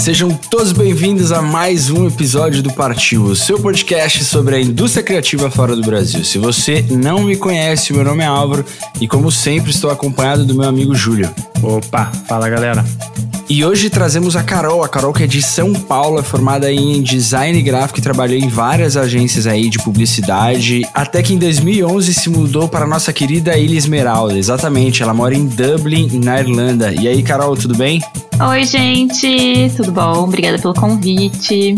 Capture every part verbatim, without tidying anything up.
sejam todos bem-vindos a mais um episódio do Partiu, o seu podcast sobre a indústria criativa fora do Brasil. Se você não me conhece, meu nome é Álvaro e, como sempre, estou acompanhado do meu amigo Júlio. Opa, fala galera. E hoje trazemos a Carol, a Carol que é de São Paulo, é formada em design gráfico e trabalhou em várias agências aí de publicidade, até que em dois mil e onze se mudou para a nossa querida Ilha Esmeralda. Exatamente, ela mora em Dublin, na Irlanda. E aí, Carol, tudo bem? Oi, gente, tudo bom? Obrigada pelo convite.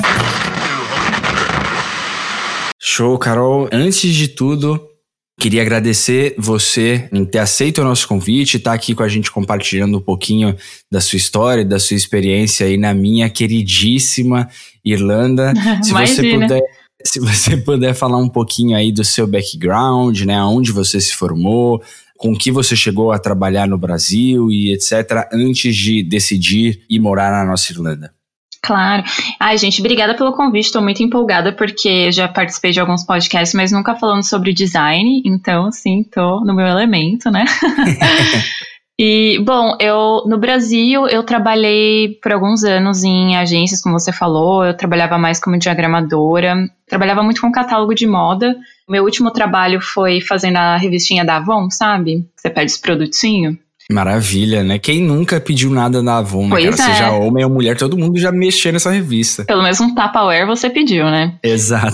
Show, Carol. Antes de tudo, queria agradecer você em ter aceito o nosso convite e estar aqui com a gente compartilhando um pouquinho da sua história, da sua experiência aí na minha queridíssima Irlanda. Se você puder, se você puder falar um pouquinho aí do seu background, né, onde você se formou, com que você chegou a trabalhar no Brasil e etcétera, antes de decidir ir morar na nossa Irlanda. Claro. Ai, gente, obrigada pelo convite, estou muito empolgada porque já participei de alguns podcasts, mas nunca falando sobre design, então, assim, tô no meu elemento, né? E, bom, eu, no Brasil, eu trabalhei por alguns anos em agências, como você falou, eu trabalhava mais como diagramadora, trabalhava muito com catálogo de moda. Meu último trabalho foi fazendo a revistinha da Avon, sabe? Você pede os produtinhos. Maravilha, né? Quem nunca pediu nada da Avon, né, pois cara? É. Seja homem ou mulher, todo mundo já mexeu nessa revista. Pelo menos um Tupperware você pediu, né? Exato.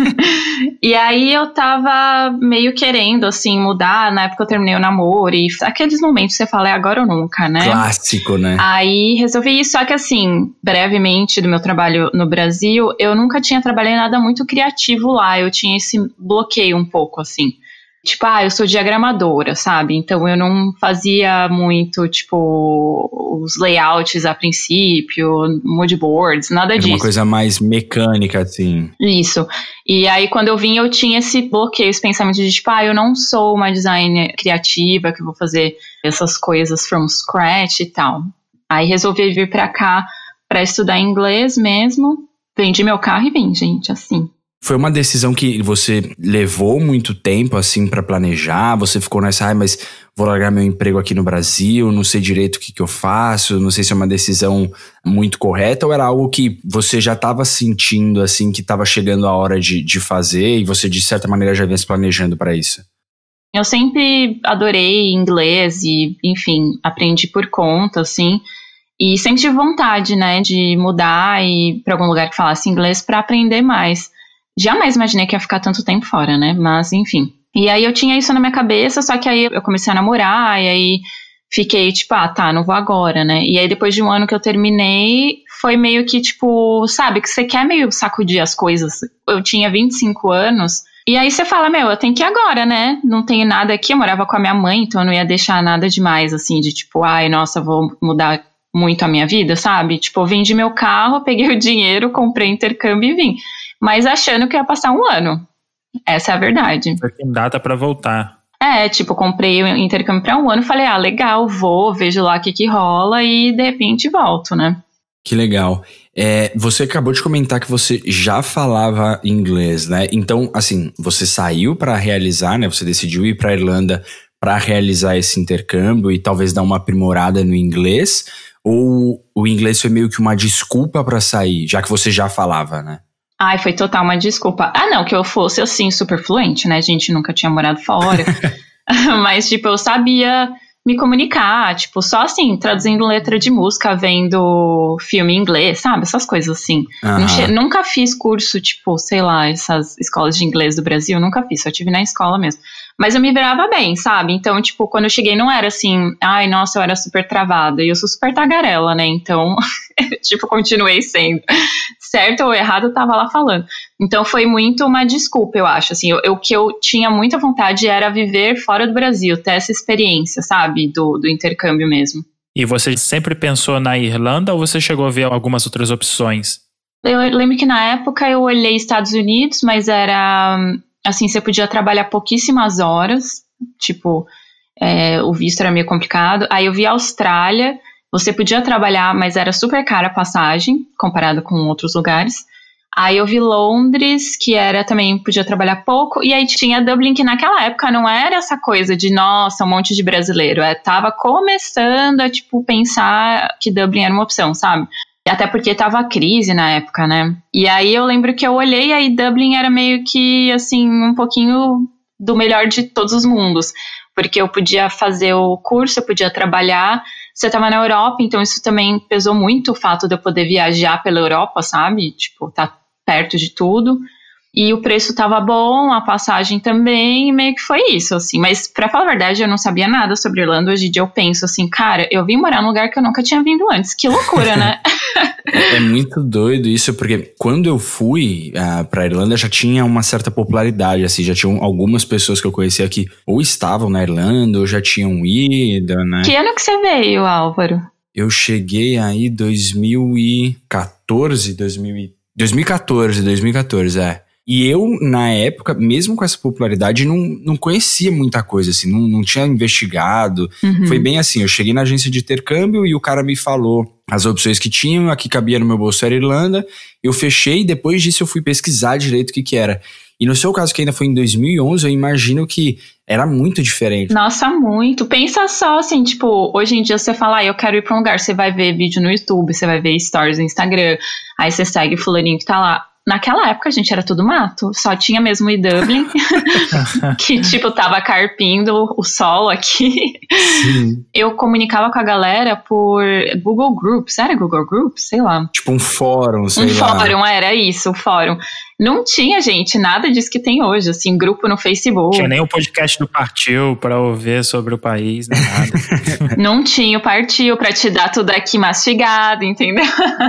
E aí eu tava meio querendo, assim, mudar. Na época eu terminei o namoro e aqueles momentos que você fala, é agora ou nunca, né? Clássico, né? Aí resolvi isso, só que assim, brevemente do meu trabalho no Brasil, eu nunca tinha trabalhado em nada muito criativo lá. Eu tinha esse bloqueio um pouco, assim. Tipo, ah, eu sou diagramadora, sabe? Então eu não fazia muito, tipo, os layouts a princípio, mood boards, nada Era disso. Uma coisa mais mecânica, assim. Isso. E aí quando eu vim, eu tinha esse bloqueio, esse pensamento de tipo, ah, eu não sou uma designer criativa, que vou fazer essas coisas from scratch e tal. Aí resolvi vir pra cá pra estudar inglês mesmo. Vendi meu carro e vim, gente, assim. Foi uma decisão que você levou muito tempo, assim, pra planejar? Você ficou nessa, ah, mas vou largar meu emprego aqui no Brasil, não sei direito o que, que eu faço, não sei se é uma decisão muito correta, ou era algo que você já estava sentindo, assim, que estava chegando a hora de, de fazer e você, de certa maneira, já vinha se planejando para isso? Eu sempre adorei inglês e, enfim, aprendi por conta, assim, e sempre tive vontade, né, de mudar e ir para algum lugar que falasse inglês para aprender mais. Jamais imaginei que ia ficar tanto tempo fora, né? Mas, enfim. E aí eu tinha isso na minha cabeça, só que aí eu comecei a namorar, e aí fiquei tipo, ah, tá, não vou agora, né? E aí depois de um ano que eu terminei, foi meio que tipo, sabe, que você quer meio sacudir as coisas. Eu tinha vinte e cinco anos, e aí você fala, meu, eu tenho que ir agora, né? Não tenho nada aqui, eu morava com a minha mãe, então eu não ia deixar nada demais, assim, de tipo, ai, nossa, vou mudar muito a minha vida, sabe? Tipo, eu vendi meu carro, peguei o dinheiro, comprei intercâmbio e vim. Mas achando que ia passar um ano. Essa é a verdade. Tem data pra voltar. É, tipo, comprei o intercâmbio pra um ano, falei, ah, legal, vou, vejo lá o que que rola e de repente volto, né? Que legal. É, você acabou de comentar que você já falava inglês, né? Então, assim, você saiu pra realizar, né? Você decidiu ir pra Irlanda pra realizar esse intercâmbio e talvez dar uma aprimorada no inglês? Ou o inglês foi meio que uma desculpa pra sair, já que você já falava, né? Ai, foi total uma desculpa. Ah, não, que eu fosse, assim, super fluente, né? A gente nunca tinha morado fora. Mas, tipo, eu sabia me comunicar, tipo, só assim, traduzindo letra de música, vendo filme em inglês, sabe? Essas coisas assim. Uhum. che- Nunca fiz curso, tipo, sei lá, essas escolas de inglês do Brasil, nunca fiz, só tive na escola mesmo. Mas eu me virava bem, sabe? Então, tipo, quando eu cheguei não era assim, ai, nossa, eu era super travada. E eu sou super tagarela, né? Então, tipo, continuei sendo. Certo ou errado, eu tava lá falando. Então, foi muito uma desculpa, eu acho. Assim, o que eu tinha muita vontade era viver fora do Brasil, ter essa experiência, sabe? Do, do intercâmbio mesmo. E você sempre pensou na Irlanda ou você chegou a ver algumas outras opções? Eu lembro que na época eu olhei Estados Unidos, mas era... Assim, você podia trabalhar pouquíssimas horas, tipo, é, o visto era meio complicado. Aí eu vi a Austrália, você podia trabalhar, mas era super cara a passagem, comparado com outros lugares. Aí eu vi Londres, que era também, podia trabalhar pouco, e aí tinha Dublin, que naquela época não era essa coisa de, nossa, um monte de brasileiro. É, tava começando a, tipo, pensar que Dublin era uma opção, sabe? Até porque tava a crise na época, né? E aí eu lembro que eu olhei e aí Dublin era meio que, assim, um pouquinho do melhor de todos os mundos. Porque eu podia fazer o curso, eu podia trabalhar. Você tava na Europa, então isso também pesou muito, o fato de eu poder viajar pela Europa, sabe? Tipo, tá perto de tudo. E o preço tava bom, a passagem também, e meio que foi isso, assim. Mas, pra falar a verdade, eu não sabia nada sobre Irlanda. Hoje em dia eu penso assim, cara, eu vim morar num lugar que eu nunca tinha vindo antes. Que loucura, né? É muito doido isso, porque quando eu fui uh, pra Irlanda já tinha uma certa popularidade, assim, já tinham algumas pessoas que eu conhecia que ou estavam na Irlanda ou já tinham ido, né? Que ano que você veio, Álvaro? Eu cheguei aí dois mil e quatorze, dois mil e... dois mil e quatorze, dois mil e quatorze, é. E eu, na época, mesmo com essa popularidade, não, não conhecia muita coisa, assim, não, não tinha investigado. Uhum. Foi bem assim, eu cheguei na agência de intercâmbio e o cara me falou as opções que tinham, a que cabia no meu bolso era Irlanda, eu fechei e depois disso eu fui pesquisar direito o que que era. E no seu caso, que ainda foi em dois mil e onze, eu imagino que era muito diferente. Nossa, muito. Pensa só, assim, tipo, hoje em dia você fala, ah, eu quero ir pra um lugar, você vai ver vídeo no YouTube, você vai ver stories no Instagram, aí você segue fulaninho que tá lá. Naquela época, gente, era tudo mato. Só tinha mesmo em Dublin, que, tipo, tava carpindo o sol aqui. Sim. Eu comunicava com a galera por Google Groups. Era Google Groups? Sei lá. Tipo um fórum, sei um lá. Um fórum, era isso, o fórum. Não tinha, gente, nada disso que tem hoje, assim, grupo no Facebook. Tinha nem o podcast do Partiu pra ouvir sobre o país, nem nada. Não tinha o Partiu pra te dar tudo aqui mastigado, entendeu?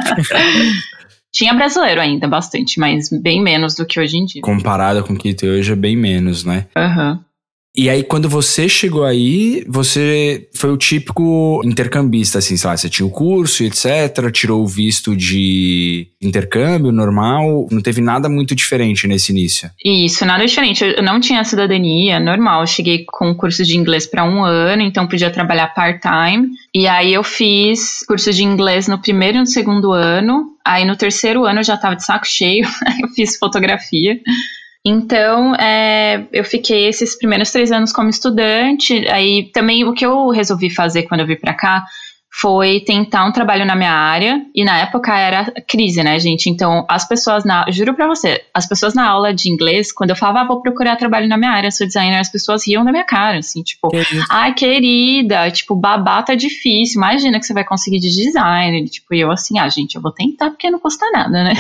Tinha brasileiro ainda, bastante, mas bem menos do que hoje em dia. Comparado com o que tem hoje, é bem menos, né? Aham. Uhum. E aí, quando você chegou aí, você foi o típico intercambista, assim, sei lá, você tinha o curso e etcétera, tirou o visto de intercâmbio normal, não teve nada muito diferente nesse início? Isso, nada diferente. Eu não tinha cidadania, normal. Eu cheguei com curso de inglês para um ano, então podia trabalhar part-time. E aí eu fiz curso de inglês no primeiro e no segundo ano. Aí no terceiro ano eu já tava de saco cheio, eu fiz fotografia. Então, é, eu fiquei esses primeiros três anos como estudante. Aí também o que eu resolvi fazer quando eu vim pra cá foi tentar um trabalho na minha área. E na época era crise, né, gente? Então, as pessoas na... Juro pra você, as pessoas na aula de inglês, quando eu falava, ah, vou procurar trabalho na minha área, sou designer, as pessoas riam da minha cara, assim, tipo, ai, querida, tipo, babá tá difícil, imagina que você vai conseguir de designer. Tipo, e eu assim, ah, gente, eu vou tentar porque não custa nada, né?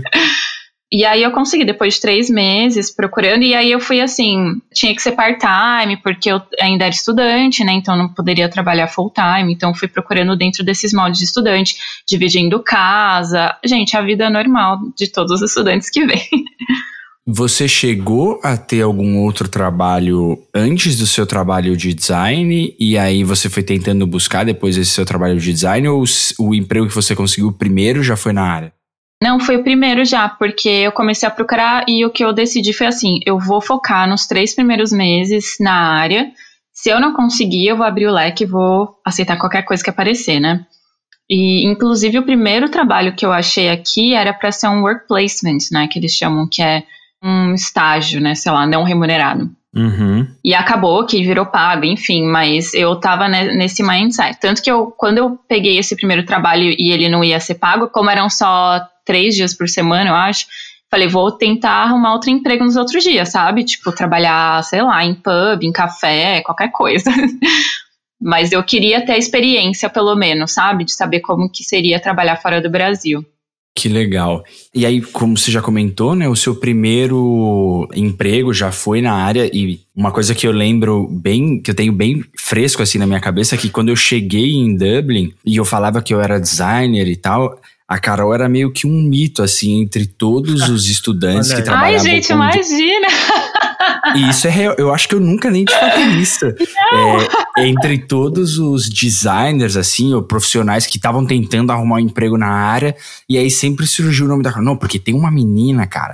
E aí eu consegui, depois de três meses procurando, e aí eu fui assim, tinha que ser part-time, porque eu ainda era estudante, né, então não poderia trabalhar full-time, então fui procurando dentro desses moldes de estudante, dividindo casa, gente, a vida normal de todos os estudantes que vêm. Você chegou a ter algum outro trabalho antes do seu trabalho de design, e aí você foi tentando buscar depois desse seu trabalho de design, ou o emprego que você conseguiu primeiro já foi na área? Não, foi o primeiro já, porque eu comecei a procurar e o que eu decidi foi assim, eu vou focar nos três primeiros meses na área, se eu não conseguir, eu vou abrir o leque e vou aceitar qualquer coisa que aparecer, né? E, inclusive, o primeiro trabalho que eu achei aqui era para ser um work placement, né, que eles chamam, que é um estágio, né, sei lá, não remunerado. Uhum. E acabou que virou pago, enfim, mas eu tava nesse mindset. Tanto que eu, quando eu peguei esse primeiro trabalho e ele não ia ser pago, como eram só três dias por semana, eu acho, falei, vou tentar arrumar outro emprego nos outros dias, sabe? Tipo, trabalhar, sei lá, em pub, em café, qualquer coisa. Mas eu queria ter a experiência, pelo menos, sabe? De saber como que seria trabalhar fora do Brasil. Que legal. E aí, como você já comentou, né, o seu primeiro emprego já foi na área, e uma coisa que eu lembro bem, que eu tenho bem fresco assim na minha cabeça, é que quando eu cheguei em Dublin e eu falava que eu era designer e tal, a Carol era meio que um mito, assim, entre todos os estudantes que trabalhavam. Ai, gente, com... imagina! E isso é real, eu acho que eu nunca nem te falei isso. É, entre todos os designers, assim, ou profissionais que estavam tentando arrumar um emprego na área, e aí sempre surgiu o nome da Carol. Não, porque tem uma menina, cara,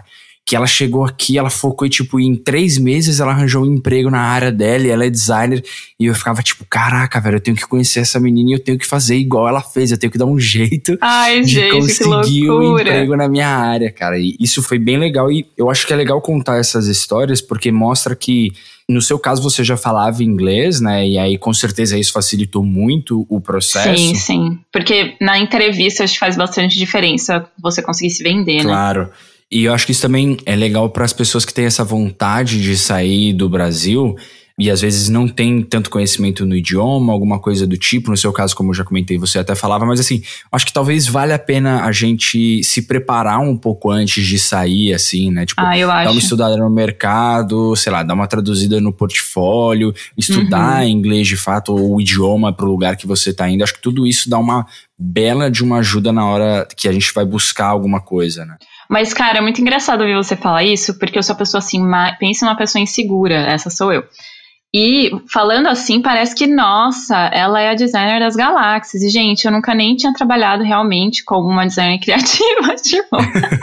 que ela chegou aqui, ela focou e, tipo, em três meses ela arranjou um emprego na área dela e ela é designer. E eu ficava tipo, caraca, velho, eu tenho que conhecer essa menina e eu tenho que fazer igual ela fez. Eu tenho que dar um jeito Ai, de gente, conseguir um loucura. emprego na minha área, cara. E isso foi bem legal e eu acho que é legal contar essas histórias porque mostra que, no seu caso, você já falava inglês, né? E aí, com certeza, isso facilitou muito o processo. Sim, sim. Porque na entrevista, acho que faz bastante diferença você conseguir se vender, claro. né? Claro. E eu acho que isso também é legal para as pessoas que têm essa vontade de sair do Brasil e às vezes não tem tanto conhecimento no idioma, alguma coisa do tipo. No seu caso, como eu já comentei, você até falava, mas assim, acho que talvez valha a pena a gente se preparar um pouco antes de sair, assim, né? Tipo, ah, eu acho. dar uma estudada no mercado, sei lá, dar uma traduzida no portfólio, estudar uhum. inglês de fato, ou o idioma pro lugar que você tá indo. Acho que tudo isso dá uma bela de uma ajuda na hora que a gente vai buscar alguma coisa, né? Mas, cara, é muito engraçado ouvir você falar isso, porque eu sou uma pessoa assim, pensa em uma pessoa insegura, essa sou eu. E falando assim, parece que, nossa, ela é a designer das galáxias. E, gente, eu nunca nem tinha trabalhado realmente com uma designer criativa, tipo...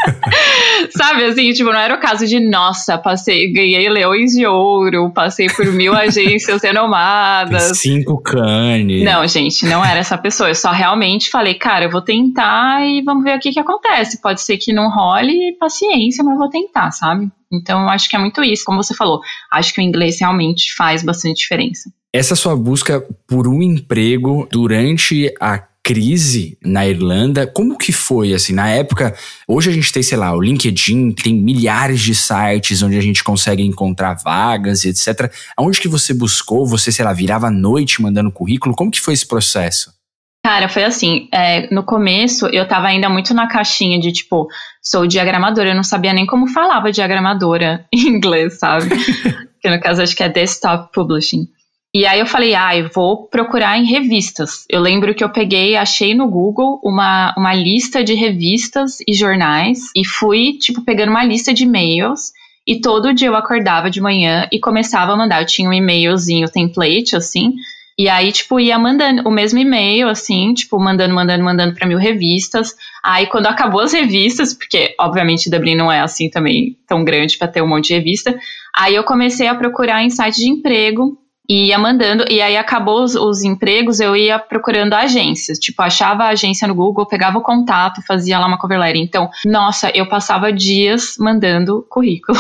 Sabe, assim, tipo, não era o caso de, nossa, passei, ganhei leões de ouro, passei por mil agências renomadas. Cinco canes. Não, gente, não era essa pessoa. Eu só realmente falei, cara, eu vou tentar e vamos ver o que que acontece. Pode ser que não role, paciência, mas eu vou tentar, sabe? Então, eu acho que é muito isso, como você falou. Acho que o inglês realmente faz bastante diferença. Essa sua busca por um emprego durante a crise na Irlanda, como que foi, assim, na época? Hoje a gente tem, sei lá, o LinkedIn, tem milhares de sites onde a gente consegue encontrar vagas e etcétera. Aonde que você buscou? Você, sei lá, virava à noite mandando currículo? Como que foi esse processo? Cara, foi assim, é, no começo eu tava ainda muito na caixinha de tipo, sou diagramadora, eu não sabia nem como falava diagramadora em inglês, sabe? Que no caso acho que é Desktop Publishing. E aí eu falei, ah, eu vou procurar em revistas. Eu lembro que eu peguei, achei no Google uma, uma lista de revistas e jornais e fui, tipo, pegando uma lista de e-mails e todo dia eu acordava de manhã e começava a mandar. Eu tinha um e-mailzinho template, assim, e aí, tipo, ia mandando o mesmo e-mail, assim, tipo, mandando, mandando, mandando pra mil revistas. Aí, quando acabou as revistas, porque, obviamente, Dublin não é, assim, também tão grande pra ter um monte de revista, aí eu comecei a procurar em site de emprego e ia mandando, e aí acabou os, os empregos, eu ia procurando agências, tipo, achava a agência no Google, pegava o contato, fazia lá uma cover letter. Então, nossa, eu passava dias mandando currículo,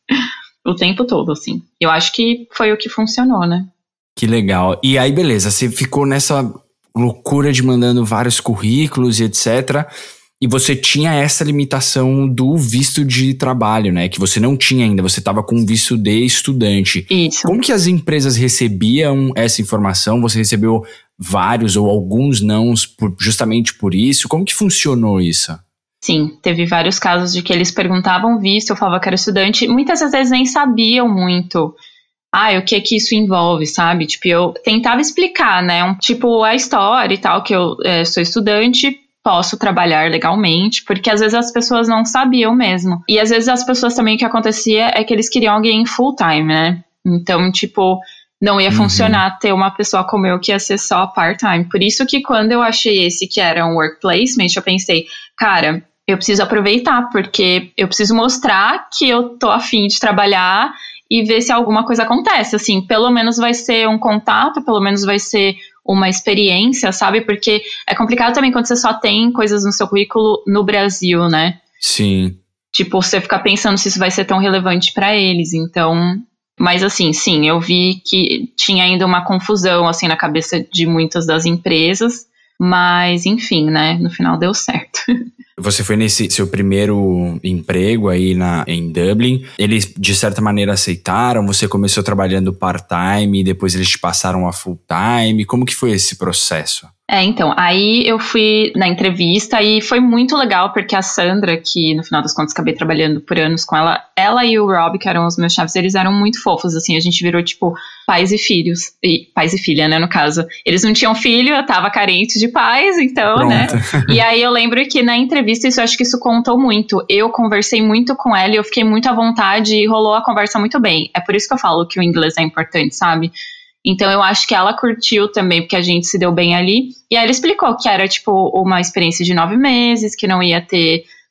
o tempo todo, assim. Eu acho que foi o que funcionou, né? Que legal. E aí, beleza, você ficou nessa loucura de mandando vários currículos e etcétera. E você tinha essa limitação do visto de trabalho, né? Que você não tinha ainda, você estava com visto de estudante. Isso. Como que as empresas recebiam essa informação? Você recebeu vários ou alguns nãos por, justamente por isso? Como que funcionou isso? Sim, teve vários casos de que eles perguntavam visto, eu falava que era estudante. Muitas vezes nem sabiam muito. Ah, o que que isso envolve, sabe? Tipo, eu tentava explicar, né? Um, tipo, a história e tal, que eu é, sou estudante, posso trabalhar legalmente, porque às vezes as pessoas não sabiam mesmo. E às vezes as pessoas também, o que acontecia é que eles queriam alguém full time, né? Então, tipo, não ia uhum. funcionar ter uma pessoa como eu que ia ser só part-time. Por isso que quando eu achei esse que era um work placement, eu pensei, cara, eu preciso aproveitar, porque eu preciso mostrar que eu tô afim de trabalhar e ver se alguma coisa acontece, assim, pelo menos vai ser um contato, pelo menos vai ser uma experiência, sabe? Porque é complicado também quando você só tem coisas no seu currículo no Brasil, né? Sim. Tipo, você fica pensando se isso vai ser tão relevante pra eles, então... Mas assim, sim, eu vi que tinha ainda uma confusão, assim, na cabeça de muitas das empresas, mas enfim, né? No final deu certo. Você foi nesse seu primeiro emprego aí na, em Dublin, eles de certa maneira aceitaram, você começou trabalhando part-time, depois eles te passaram a full-time, como que foi esse processo? É, então, aí eu fui na entrevista e foi muito legal, porque a Sandra, que no final das contas acabei trabalhando por anos com ela, ela e o Rob, que eram os meus chefes, eles eram muito fofos, assim, a gente virou, tipo, pais e filhos, e pais e filha, né, no caso. Eles não tinham filho, eu tava carente de pais, então, Pronto. né, e aí eu lembro que na entrevista, isso, eu acho que isso contou muito, eu conversei muito com ela e eu fiquei muito à vontade e rolou a conversa muito bem, é por isso que eu falo que o inglês é importante, sabe? Então eu acho que ela curtiu também, porque a gente se deu bem ali. E aí ela explicou que era tipo uma experiência de nove meses, que não ia ter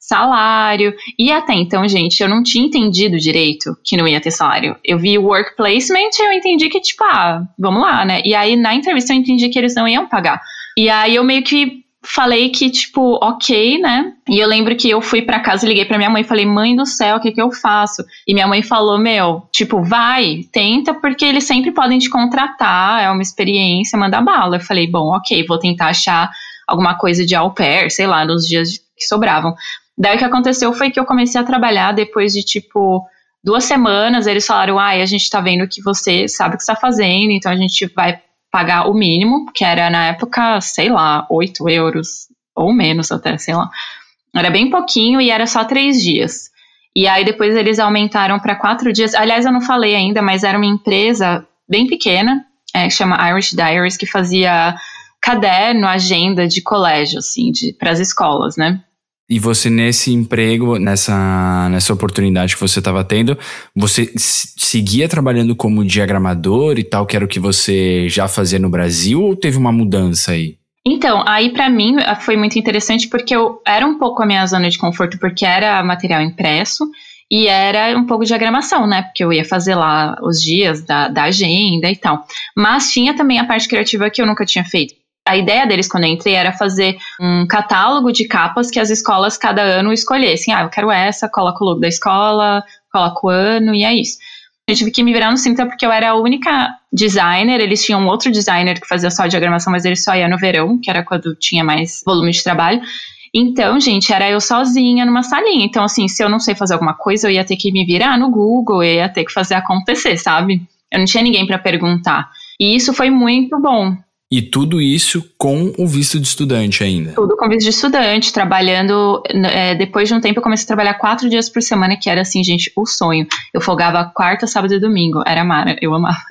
salário. E até então, gente, eu não tinha entendido direito que não ia ter salário. Eu vi o work placement e eu entendi que, tipo, ah, vamos lá, né? E aí, na entrevista, eu entendi que eles não iam pagar. E aí, eu meio que falei que, tipo, ok, né? E eu lembro que eu fui pra casa e liguei pra minha mãe e falei, mãe do céu, o que que eu faço? E minha mãe falou, meu, tipo, vai, tenta, porque eles sempre podem te contratar, é uma experiência, manda bala. Eu falei, bom, ok, vou tentar achar alguma coisa de au pair, sei lá, nos dias que sobravam. Daí o que aconteceu foi que eu comecei a trabalhar depois de, tipo, duas semanas, eles falaram, ai, a gente tá vendo que você sabe o que você tá fazendo, então a gente vai pagar o mínimo, que era na época, sei lá, oito euros, ou menos até, sei lá. Era bem pouquinho e era só três dias. E aí depois eles aumentaram para quatro dias. Aliás, eu não falei ainda, mas era uma empresa bem pequena, é, que chama Irish Diaries, que fazia caderno, agenda de colégio, assim, para as escolas, né? E você, nesse emprego, nessa, nessa oportunidade que você estava tendo, você seguia trabalhando como diagramador e tal, que era o que você já fazia no Brasil, ou teve uma mudança aí? Então, aí pra mim foi muito interessante porque eu era um pouco a minha zona de conforto, porque era material impresso e era um pouco de diagramação, né? Porque eu ia fazer lá os dias da, da agenda e tal. Mas tinha também a parte criativa que eu nunca tinha feito. A ideia deles, quando eu entrei, era fazer um catálogo de capas que as escolas cada ano escolhessem. Ah, eu quero essa, coloco o logo da escola, coloco o ano e é isso. Eu tive que me virar no cinto porque eu era a única designer, eles tinham outro designer que fazia só diagramação, mas ele só ia no verão, que era quando tinha mais volume de trabalho. Então, gente, era eu sozinha numa salinha. Então, assim, se eu não sei fazer alguma coisa, eu ia ter que me virar no Google, eu ia ter que fazer acontecer, sabe? Eu não tinha ninguém para perguntar. E isso foi muito bom. E tudo isso com o visto de estudante ainda? Tudo com visto de estudante, trabalhando... É, depois de um tempo eu comecei a trabalhar quatro dias por semana, que era assim, gente, o sonho. Eu folgava quarta, sábado e domingo. Era mara, eu amava.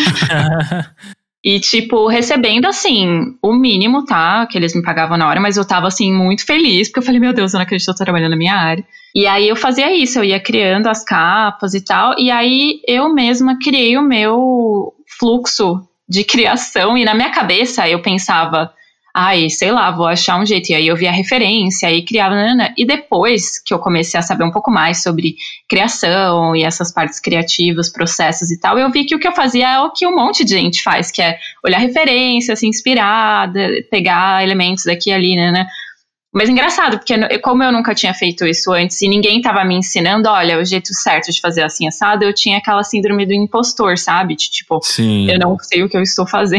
E, tipo, recebendo, assim, o mínimo, tá? Que eles me pagavam na hora, mas eu tava, assim, muito feliz, porque eu falei, meu Deus, eu não acredito que eu tô trabalhando na minha área. E aí eu fazia isso, eu ia criando as capas e tal, e aí eu mesma criei o meu fluxo de criação, e na minha cabeça eu pensava, ai, sei lá, vou achar um jeito, e aí eu via a referência, aí criava, nanana. E depois que eu comecei a saber um pouco mais sobre criação e essas partes criativas, processos e tal, eu vi que o que eu fazia é o que um monte de gente faz, que é olhar referência, se inspirar, pegar elementos daqui e ali, né, Mas engraçado, porque como eu nunca tinha feito isso antes e ninguém tava me ensinando, olha, o jeito certo de fazer assim assado, eu tinha aquela síndrome do impostor, sabe? De, tipo, Sim. eu não sei o que eu estou fazendo.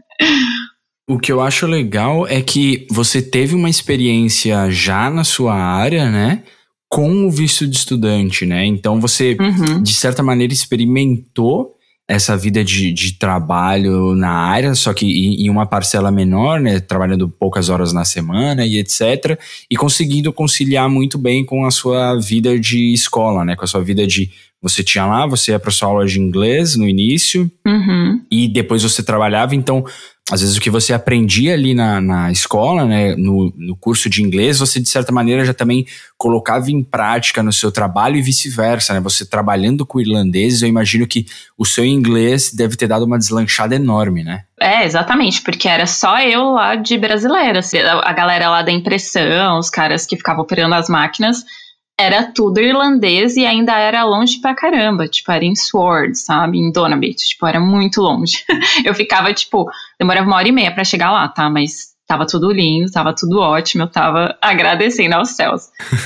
O que eu acho legal é que você teve uma experiência já na sua área, né? Com o visto de estudante, né? Então você, uhum. de certa maneira, experimentou essa vida de, de trabalho na área, só que em, em uma parcela menor, né, trabalhando poucas horas na semana e etcétera, e conseguindo conciliar muito bem com a sua vida de escola, né, com a sua vida de... Você tinha lá, você ia para sua aula de inglês no início, uhum. e depois você trabalhava, então... Às vezes o que você aprendia ali na, na escola, né, no, no curso de inglês, você de certa maneira já também colocava em prática no seu trabalho e vice-versa, né? Você trabalhando com irlandeses, eu imagino que o seu inglês deve ter dado uma deslanchada enorme, né? É, exatamente, porque era só eu lá de brasileira, a galera lá da impressão, os caras que ficavam operando as máquinas, era tudo irlandês e ainda era longe pra caramba, tipo, era em Swords, sabe, em Donabate, tipo, era muito longe. Eu ficava, tipo, demorava uma hora e meia pra chegar lá, tá, mas tava tudo lindo, tava tudo ótimo, eu tava agradecendo aos céus.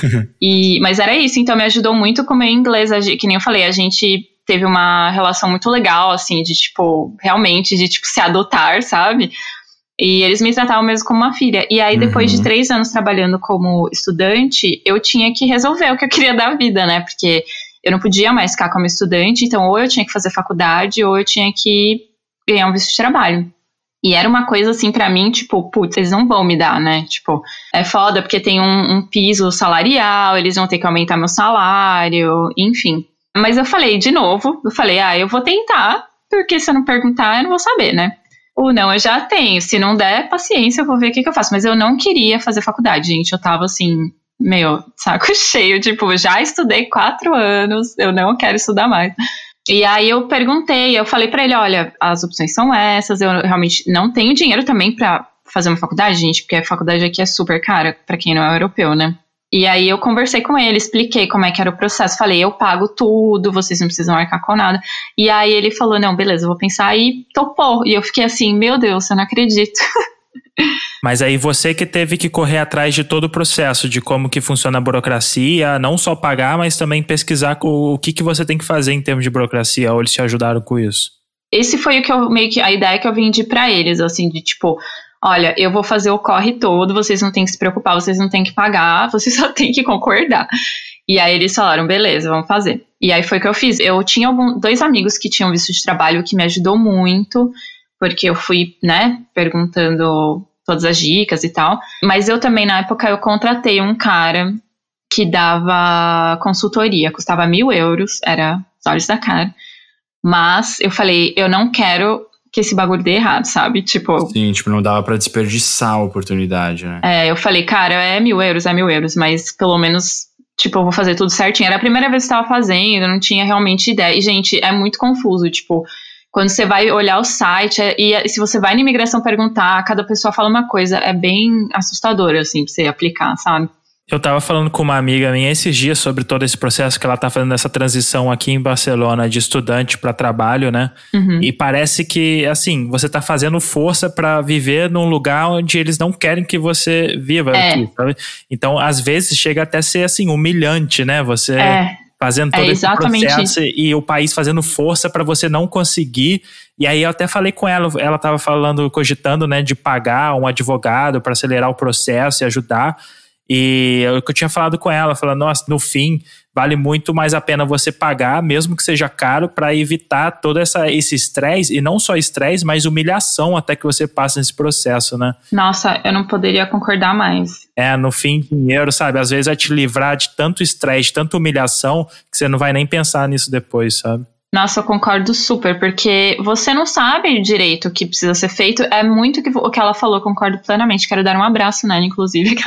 E, mas era isso, então me ajudou muito com o meu inglês, que nem eu falei, a gente teve uma relação muito legal, assim, de, tipo, realmente, de, tipo, se adotar, sabe? E eles me tratavam mesmo como uma filha. E aí, depois uhum. de três anos trabalhando como estudante, eu tinha que resolver o que eu queria da vida, né? Porque eu não podia mais ficar como estudante, então ou eu tinha que fazer faculdade, ou eu tinha que ganhar um visto de trabalho. E era uma coisa assim pra mim, tipo, putz, eles não vão me dar, né? Tipo, é foda porque tem um, um piso salarial, eles vão ter que aumentar meu salário, enfim. Mas eu falei, de novo, eu falei, ah, eu vou tentar, porque se eu não perguntar, eu não vou saber, né? Ou não, eu já tenho. Se não der, paciência, eu vou ver o que, que eu faço. Mas eu não queria fazer faculdade, gente. Eu tava assim, meu, saco cheio. Tipo, já estudei quatro anos, eu não quero estudar mais. E aí eu perguntei, eu falei pra ele, olha, as opções são essas, eu realmente não tenho dinheiro também pra fazer uma faculdade, gente, porque a faculdade aqui é super cara pra quem não é europeu, né? E aí eu conversei com ele, expliquei como é que era o processo. Falei, eu pago tudo, vocês não precisam arcar com nada. E aí ele falou, não, beleza, eu vou pensar, e topou. E eu fiquei assim, meu Deus, eu não acredito. Mas aí você que teve que correr atrás de todo o processo, de como que funciona a burocracia, não só pagar, mas também pesquisar o, o que, que você tem que fazer em termos de burocracia, ou eles te ajudaram com isso? Esse foi o que eu, meio que, a ideia que eu vendi pra eles, assim, de tipo, olha, eu vou fazer o corre todo, vocês não têm que se preocupar, vocês não têm que pagar, vocês só têm que concordar. E aí eles falaram, beleza, vamos fazer. E aí foi o que eu fiz. Eu tinha algum, dois amigos que tinham visto de trabalho, que me ajudou muito, porque eu fui, né, perguntando todas as dicas e tal. Mas eu também, na época, eu contratei um cara que dava consultoria, custava mil euros, era os olhos da cara. Mas eu falei, eu não quero que esse bagulho dê errado, sabe? Tipo... Sim, tipo, não dava pra desperdiçar a oportunidade, né? É, eu falei, cara, é mil euros, é mil euros, mas pelo menos, tipo, eu vou fazer tudo certinho. Era a primeira vez que eu tava fazendo, eu não tinha realmente ideia. E, gente, é muito confuso, tipo... Quando você vai olhar o site, é, e se você vai na imigração perguntar, cada pessoa fala uma coisa, é bem assustador, assim, pra você aplicar, sabe? Eu tava falando com uma amiga minha esses dias sobre todo esse processo que ela tá fazendo essa transição aqui em Barcelona de estudante para trabalho, né? Uhum. E parece que, assim, você tá fazendo força para viver num lugar onde eles não querem que você viva É. aqui, sabe? Então, às vezes, chega até a ser, assim, humilhante, né? Você É. fazendo todo É esse exatamente processo e o país fazendo força para você não conseguir. E aí eu até falei com ela, ela tava falando, cogitando, né, de pagar um advogado para acelerar o processo e ajudar. E o que eu tinha falado com ela, falando, nossa, no fim, vale muito mais a pena você pagar, mesmo que seja caro, para evitar todo essa, esse estresse, e não só estresse, mas humilhação até que você passe nesse processo, né? Nossa, eu não poderia concordar mais. É, no fim, dinheiro, sabe? Às vezes vai te livrar de tanto estresse, de tanta humilhação, que você não vai nem pensar nisso depois, sabe? Nossa, eu concordo super, porque você não sabe direito o que precisa ser feito. É muito que, o que ela falou, concordo plenamente. Quero dar um abraço nela, inclusive.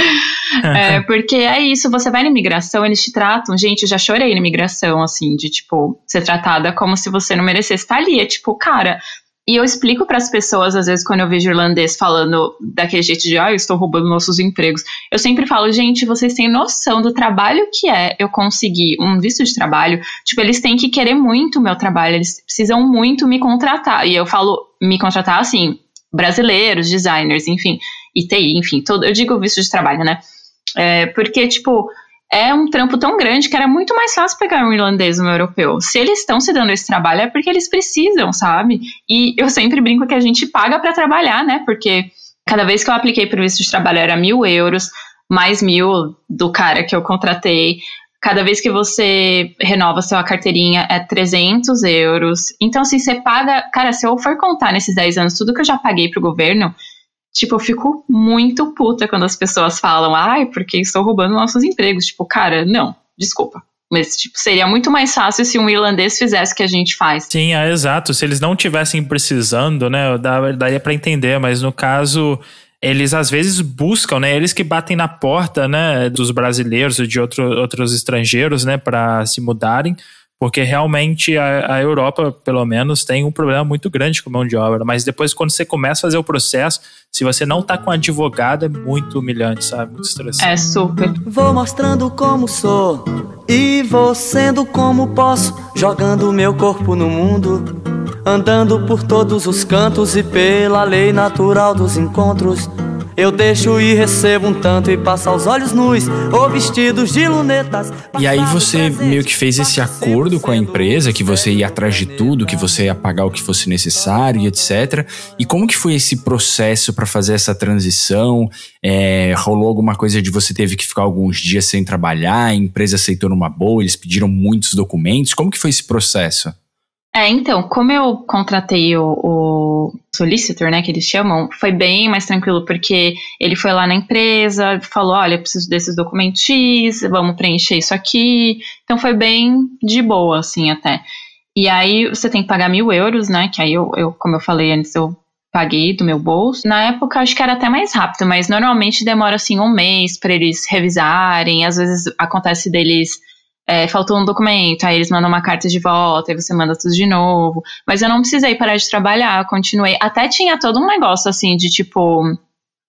É, porque é isso, você vai na imigração, eles te tratam... Gente, eu já chorei na imigração, assim, de, tipo, ser tratada como se você não merecesse estar ali. É tipo, cara... E eu explico para as pessoas, às vezes, quando eu vejo irlandês falando daquele jeito de, ah, eu estou roubando nossos empregos. Eu sempre falo, gente, vocês têm noção do trabalho que é eu conseguir um visto de trabalho? Tipo, eles têm que querer muito o meu trabalho, eles precisam muito me contratar. E eu falo, me contratar, assim, brasileiros, designers, enfim, I T I, enfim, todo, eu digo visto de trabalho, né? É, porque, tipo... É um trampo tão grande que era muito mais fácil pegar um irlandês ou um europeu. Se eles estão se dando esse trabalho é porque eles precisam, sabe? E eu sempre brinco que a gente paga pra trabalhar, né? Porque cada vez que eu apliquei pro visto de trabalho era mil euros, mais mil do cara que eu contratei. Cada vez que você renova sua carteirinha é trezentos euros. Então, assim, você paga... Cara, se eu for contar nesses dez anos tudo que eu já paguei pro governo... Tipo, eu fico muito puta quando as pessoas falam, ai, porque estou roubando nossos empregos. Tipo, cara, não, desculpa. Mas, tipo, seria muito mais fácil se um irlandês fizesse o que a gente faz. Sim, é exato. Se eles não tivessem precisando, né, daria pra entender. Mas no caso, eles às vezes buscam, né, eles que batem na porta, né, dos brasileiros e de outro, outros estrangeiros, né, pra se mudarem. Porque realmente a, a Europa, pelo menos, tem um problema muito grande com mão de obra. Mas depois, quando você começa a fazer o processo, se você não tá com advogado, é muito humilhante, sabe? Muito estressante. É super. Vou mostrando como sou e vou sendo como posso, jogando meu corpo no mundo, andando por todos os cantos e pela lei natural dos encontros. Eu deixo e recebo um tanto e passo aos olhos nus ou vestidos de lunetas. E aí você meio que fez esse acordo com a empresa, que você ia atrás de tudo, que você ia pagar o que fosse necessário e etcétera. E como que foi esse processo para fazer essa transição? É, rolou alguma coisa de você teve que ficar alguns dias sem trabalhar, a empresa aceitou numa boa, eles pediram muitos documentos? Como que foi esse processo? É, então, como eu contratei o, o solicitor, né, que eles chamam, foi bem mais tranquilo, porque ele foi lá na empresa, falou, olha, eu preciso desses documentos X, vamos preencher isso aqui. Então foi bem de boa, assim, até. E aí você tem que pagar mil euros, né, que aí eu, eu como eu falei antes, eu paguei do meu bolso. Na época, acho que era até mais rápido, mas normalmente demora, assim, um mês para eles revisarem. Às vezes acontece deles... É, faltou um documento, aí eles mandam uma carta de volta, aí você manda tudo de novo. Mas eu não precisei parar de trabalhar, eu continuei. Até tinha todo um negócio assim de tipo,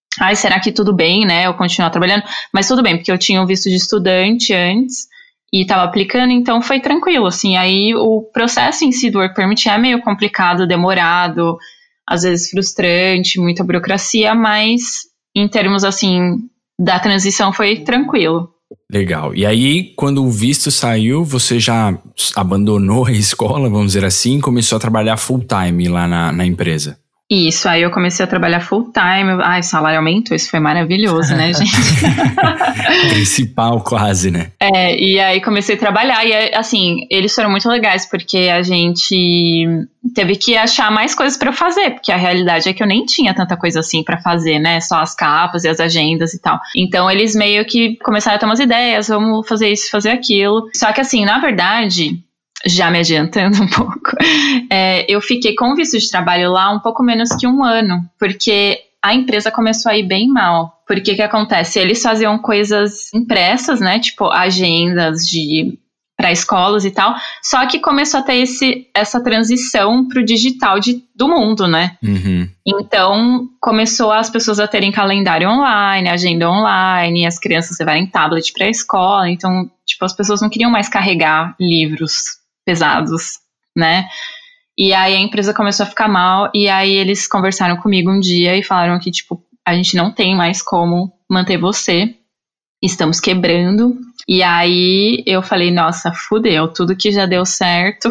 ai, será que tudo bem, né, eu continuar trabalhando? Mas tudo bem, porque eu tinha um visto de estudante antes e estava aplicando, então foi tranquilo, assim. Aí o processo em si do Work Permit é meio complicado, demorado, às vezes frustrante, muita burocracia, mas em termos, assim, da transição foi tranquilo. Legal. E aí, quando o visto saiu, você já abandonou a escola, vamos dizer assim, e começou a trabalhar full time lá na, na empresa? Isso, aí eu comecei a trabalhar full time. Ai, salário aumentou, isso foi maravilhoso, né, gente? Principal quase, né? É, e aí comecei a trabalhar e, assim, eles foram muito legais, porque a gente teve que achar mais coisas pra eu fazer, porque a realidade é que eu nem tinha tanta coisa assim pra fazer, né, só as capas e as agendas e tal. Então eles meio que começaram a ter umas ideias, vamos fazer isso, fazer aquilo. Só que assim, na verdade, já me adiantando um pouco, é, eu fiquei com visto de trabalho lá um pouco menos que um ano, porque a empresa começou a ir bem mal. Porque que acontece? Eles faziam coisas impressas, né, tipo agendas de para escolas e tal, só que começou a ter esse, essa transição pro digital de, do mundo, né? Uhum. Então, começou as pessoas a terem calendário online, agenda online, as crianças levarem tablet para a escola, então, tipo, as pessoas não queriam mais carregar livros pesados, né? E aí a empresa começou a ficar mal, e aí eles conversaram comigo um dia e falaram que, tipo, a gente não tem mais como manter você, estamos quebrando. E aí eu falei, nossa, fudeu, tudo que já deu certo